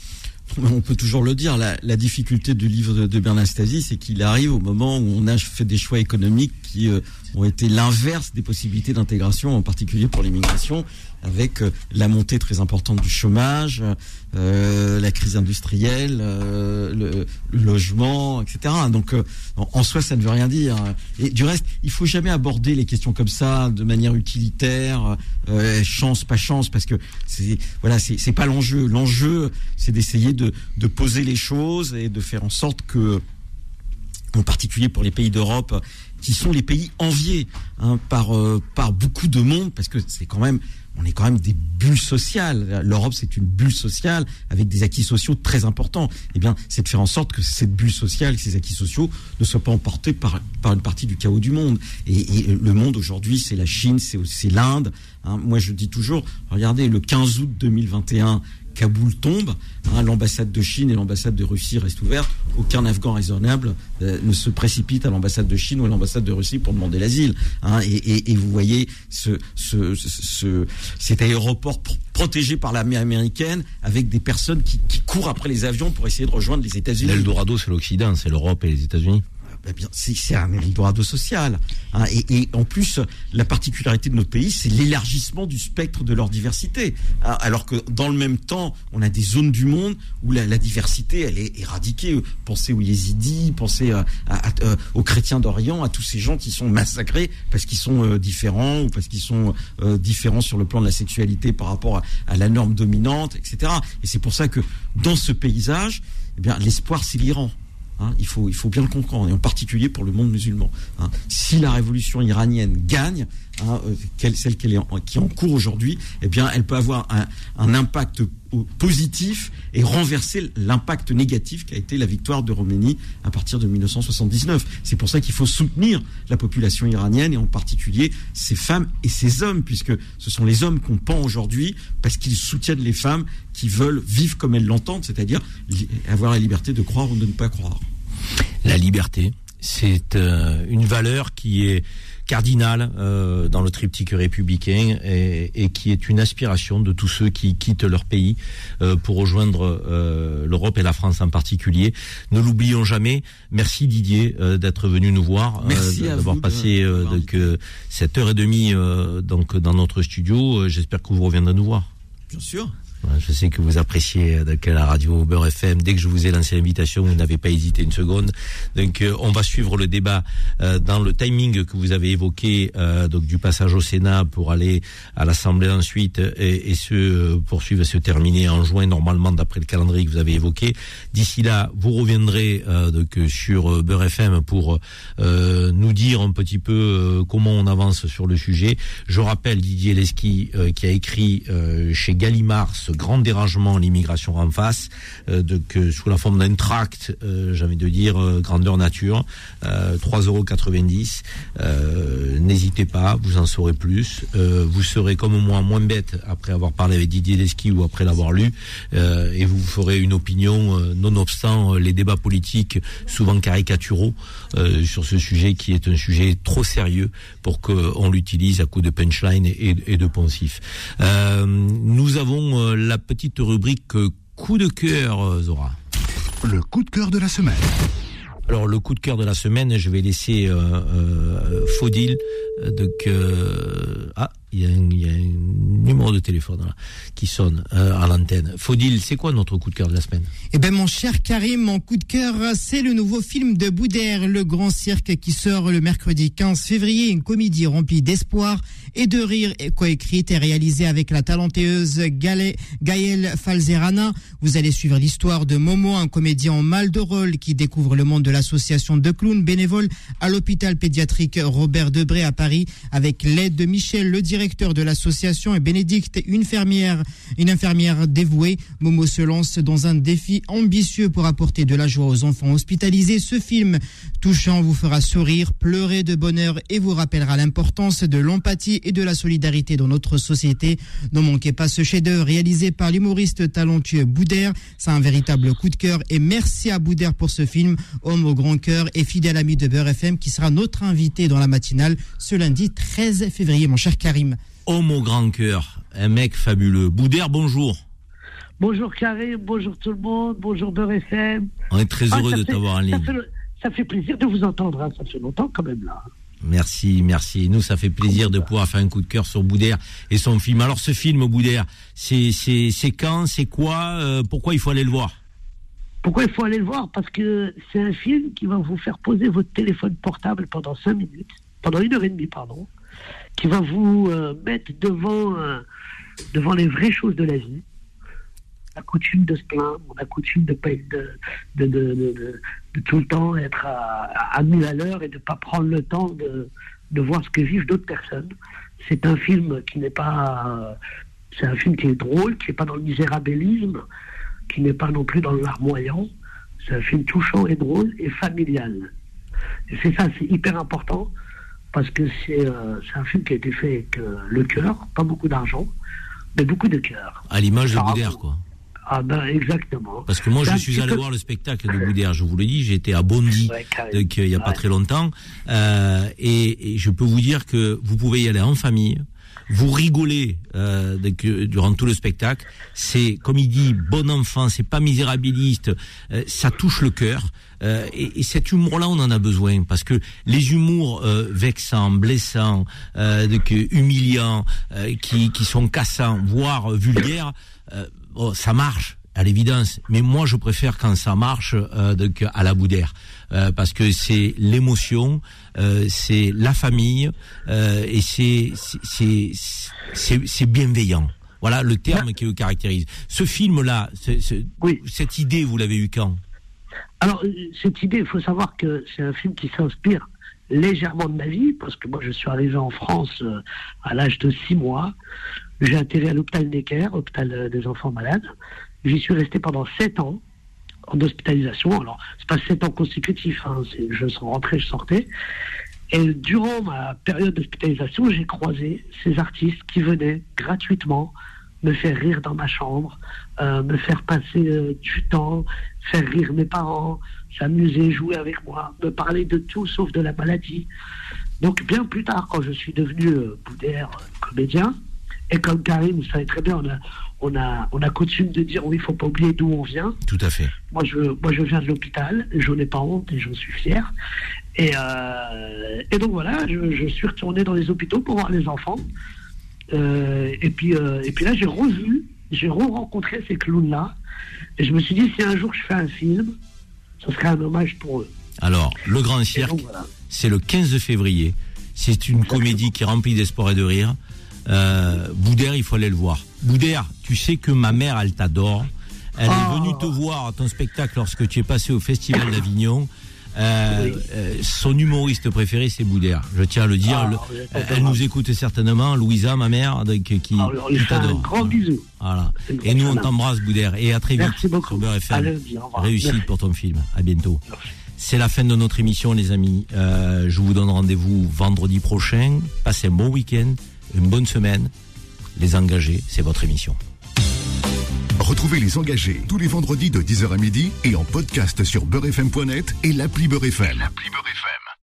On peut toujours le dire. La, la difficulté du livre de, de Bernard Stasi, c'est qu'il arrive au moment où on a fait des choix économiques qui euh, ont été l'inverse des possibilités d'intégration, en particulier pour l'immigration, avec euh, la montée très importante du chômage, euh, la crise industrielle, euh, le, le logement, et cetera. Donc, euh, en, en soi, ça ne veut rien dire. Et du reste, il faut jamais aborder les questions comme ça de manière utilitaire, euh, chance, pas chance, parce que c'est voilà, c'est, c'est pas l'enjeu. L'enjeu, c'est d'essayer de, de poser les choses et de faire en sorte que, en particulier pour les pays d'Europe, qui sont les pays enviés hein, par euh, par beaucoup de monde, parce que c'est quand même on est quand même des bulles sociales. L'Europe, c'est une bulle sociale avec des acquis sociaux très importants. Eh bien, c'est de faire en sorte que cette bulle sociale, ces acquis sociaux, ne soient pas emportés par par une partie du chaos du monde. Et, et le monde aujourd'hui, c'est la Chine, c'est c'est l'Inde. Hein. Moi, je dis toujours, regardez, le quinze août deux mille vingt et un, Kaboul tombe, hein, l'ambassade de Chine et l'ambassade de Russie restent ouvertes. Aucun Afghan raisonnable euh, ne se précipite à l'ambassade de Chine ou à l'ambassade de Russie pour demander l'asile. Hein, et, et, et vous voyez ce, ce, ce, ce, cet aéroport pr- protégé par l'armée américaine avec des personnes qui, qui courent après les avions pour essayer de rejoindre les États-Unis. L'Eldorado, c'est l'Occident, c'est l'Europe et les États-Unis. Eh bien, c'est, c'est un Eldorado social. Hein, et, et en plus, la particularité de notre pays, c'est l'élargissement du spectre de leur diversité. Hein, alors que dans le même temps, on a des zones du monde où la, la diversité, elle est éradiquée. Pensez aux Yézidis, pensez à, à, à, aux chrétiens d'Orient, à tous ces gens qui sont massacrés parce qu'ils sont euh, différents ou parce qu'ils sont euh, différents sur le plan de la sexualité par rapport à, à la norme dominante, et cetera. Et c'est pour ça que dans ce paysage, eh bien, l'espoir, c'est l'Iran. Hein, il faut, il faut bien le comprendre, et en particulier pour le monde musulman. Hein. Si la révolution iranienne gagne, hein, euh, quelle, celle qu'elle est en, qui est en cours aujourd'hui, eh bien, elle peut avoir un, un impact positif et renverser l'impact négatif qu'a été la victoire de Khomeini à partir de dix-neuf cent soixante-dix-neuf. C'est pour ça qu'il faut soutenir la population iranienne et en particulier ces femmes et ces hommes, puisque ce sont les hommes qu'on pend aujourd'hui parce qu'ils soutiennent les femmes qui veulent vivre comme elles l'entendent, c'est-à-dire li- avoir la liberté de croire ou de ne pas croire. La liberté, c'est euh, une valeur qui est cardinale euh, dans le triptyque républicain et, et qui est une aspiration de tous ceux qui quittent leur pays euh, pour rejoindre euh, l'Europe et la France en particulier. Ne l'oublions jamais. Merci Didier euh, d'être venu nous voir, Merci euh, à d'avoir vous passé de, euh, donc, euh, cette heure et demie euh, donc, dans notre studio. Euh, j'espère que vous reviendrez nous voir. Bien sûr. Je sais que vous appréciez euh, donc, la radio Beurre F M. Dès que je vous ai lancé l'invitation, vous n'avez pas hésité une seconde. Donc, euh, on va suivre le débat euh, dans le timing que vous avez évoqué, euh, donc du passage au Sénat pour aller à l'Assemblée ensuite et, et se euh, poursuivre et se terminer en juin normalement d'après le calendrier que vous avez évoqué. D'ici là, vous reviendrez euh, donc sur euh, Beurre F M pour euh, nous dire un petit peu euh, comment on avance sur le sujet. Je rappelle Didier Lesky euh, qui a écrit euh, chez Gallimard ce grand dérangement, l'immigration en face, euh, de, que, sous la forme d'un tract, euh, j'ai envie de dire, euh, grandeur nature, euh, trois euros quatre-vingt-dix. Euh, n'hésitez pas, vous en saurez plus. Euh, vous serez comme moi moins bête après avoir parlé avec Didier Lesky ou après l'avoir lu, euh, et vous ferez une opinion, euh, nonobstant euh, les débats politiques souvent caricaturaux euh, sur ce sujet qui est un sujet trop sérieux pour qu'on l'utilise à coup de punchline et, et de poncif. Euh, nous avons euh, la petite rubrique euh, coup de cœur, euh, Zora. Le coup de cœur de la semaine. Alors le coup de cœur de la semaine, je vais laisser euh, euh, Faudil. Euh, donc euh, ah, il y a un, il y a un numéro de téléphone là, qui sonne euh, à l'antenne. Faudil, c'est quoi notre coup de cœur de la semaine? Eh ben mon cher Karim, mon coup de cœur, c'est le nouveau film de Boudère, Le Grand Cirque, qui sort le mercredi quinze février. Une comédie remplie d'espoir et de rire, coécrite et réalisée avec la talentueuse Gaëlle Falzerana. Vous allez suivre l'histoire de Momo, un comédien en mal de rôle qui découvre le monde de l'association de clowns bénévoles à l'hôpital pédiatrique Robert Debré à Paris, avec l'aide de Michel, le directeur de l'association, et Bénédicte, une infirmière, une infirmière dévouée. Momo se lance dans un défi ambitieux pour apporter de la joie aux enfants hospitalisés. Ce film touchant vous fera sourire, pleurer de bonheur et vous rappellera l'importance de l'empathie et de la solidarité dans notre société. Ne manquez pas ce chef-d'œuvre réalisé par l'humoriste talentueux Boudère. C'est un véritable coup de cœur et merci à Boudère pour ce film, homme au grand cœur et fidèle ami de Beurre F M, qui sera notre invité dans la matinale ce lundi treize février, mon cher Karim. Homme au grand cœur, un mec fabuleux. Boudère, bonjour. Bonjour Karim, bonjour tout le monde, bonjour Beurre F M. On est très heureux ah, de fait, t'avoir en ligne. Ça fait, ça fait plaisir de vous entendre, hein. Ça fait longtemps quand même là. Merci, merci. Nous, ça fait plaisir de pouvoir faire un coup de cœur sur Boudère et son film. Alors, ce film, Boudère, c'est, c'est, c'est quand, c'est quoi, euh, pourquoi il faut aller le voir? Pourquoi il faut aller le voir? Parce que c'est un film qui va vous faire poser votre téléphone portable pendant cinq minutes, pendant une heure et demie, pardon, qui va vous euh, mettre devant, euh, devant les vraies choses de la vie. On a coutume de se plaindre, on a coutume de pas être de, de, de, de, de, de tout le temps être à, à mille à l'heure et de ne pas prendre le temps de, de voir ce que vivent d'autres personnes. C'est un film qui n'est pas... C'est un film qui est drôle, qui n'est pas dans le misérabilisme, qui n'est pas non plus dans le larmoyant. C'est un film touchant et drôle et familial. Et c'est ça, c'est hyper important, parce que c'est, euh, c'est un film qui a été fait avec euh, le cœur, pas beaucoup d'argent, mais beaucoup de cœur. À l'image de Boudère, quoi. Ah ben exactement. Parce que moi c'est je suis allé peu... voir le spectacle de Boudère, je vous le dis, j'étais à Bondy ouais, donc, il n'y a ouais. pas très longtemps euh, et, et je peux vous dire que vous pouvez y aller en famille, vous rigolez euh, donc, durant tout le spectacle, c'est comme il dit, bon enfant, c'est pas misérabiliste, euh, ça touche le cœur. Euh, et, et cet humour-là, on en a besoin, parce que les humours euh, vexants, blessants, euh, donc, humiliants, euh, qui, qui sont cassants, voire vulgaires, euh, oh, ça marche à l'évidence, mais moi je préfère quand ça marche euh, donc, à la Boudère, euh, parce que c'est l'émotion, euh, c'est la famille euh, et c'est c'est, c'est c'est bienveillant. Voilà le terme qui le caractérise. Ce film-là, c'est, c'est, oui. cette idée, vous l'avez eu quand? Alors cette idée, il faut savoir que c'est un film qui s'inspire légèrement de ma vie, parce que moi je suis arrivé en France euh, à l'âge de six mois. J'ai atterri à l'hôpital Necker, hôpital des enfants malades. J'y suis resté pendant sept ans en hospitalisation. Alors, c'est pas sept ans consécutifs, hein, c'est, je suis rentré, je sortais. Et durant ma période d'hospitalisation, j'ai croisé ces artistes qui venaient gratuitement me faire rire dans ma chambre, euh, me faire passer euh, du temps, faire rire mes parents, s'amuser, jouer avec moi, me parler de tout sauf de la maladie. Donc, bien plus tard, quand je suis devenu euh, Boudère, euh, comédien, et comme Karim, vous savez très bien, on a, on a, on a coutume de dire oui, il ne faut pas oublier d'où on vient. Tout à fait. Moi, je, moi, je viens de l'hôpital, je n'en ai pas honte et j'en suis fier. Et, euh, et donc voilà, je, je suis retourné dans les hôpitaux pour voir les enfants. Euh, et, puis, euh, et puis là, j'ai revu, j'ai re-rencontré ces clowns-là. Et je me suis dit, si un jour je fais un film, ce serait un hommage pour eux. Alors, Le Grand Cirque, donc, voilà. C'est le quinze février. C'est une Exactement. comédie qui est remplie d'espoir et de rire. Euh, Boudère, il faut aller le voir. Boudère, tu sais que ma mère, elle t'adore. Elle oh. est venue te voir à ton spectacle lorsque tu es passé au Festival d'Avignon. Euh, Oui. euh, son humoriste préféré, c'est Boudère. Je tiens à le dire. Ah, Le- oui, elle d'accord. nous écoute certainement. Louisa, ma mère, donc, qui, qui Ah, on lui fait un t'adore. grand bisou. Voilà. C'est une Et nous, on grande t'embrasse, Boudère. Et à très vite Merci beaucoup. sur Beurre F M. À lundi, au revoir. Réussite Merci. pour ton film. À bientôt. Merci. C'est la fin de notre émission, les amis. Euh, je vous donne rendez-vous vendredi prochain. Passez un bon week-end, une bonne semaine. Les engagés, c'est votre émission. Retrouvez Les Engagés tous les vendredis de dix heures à midi et en podcast sur beurre f m point net et l'appli Beurre F M. L'appli Beurre F M.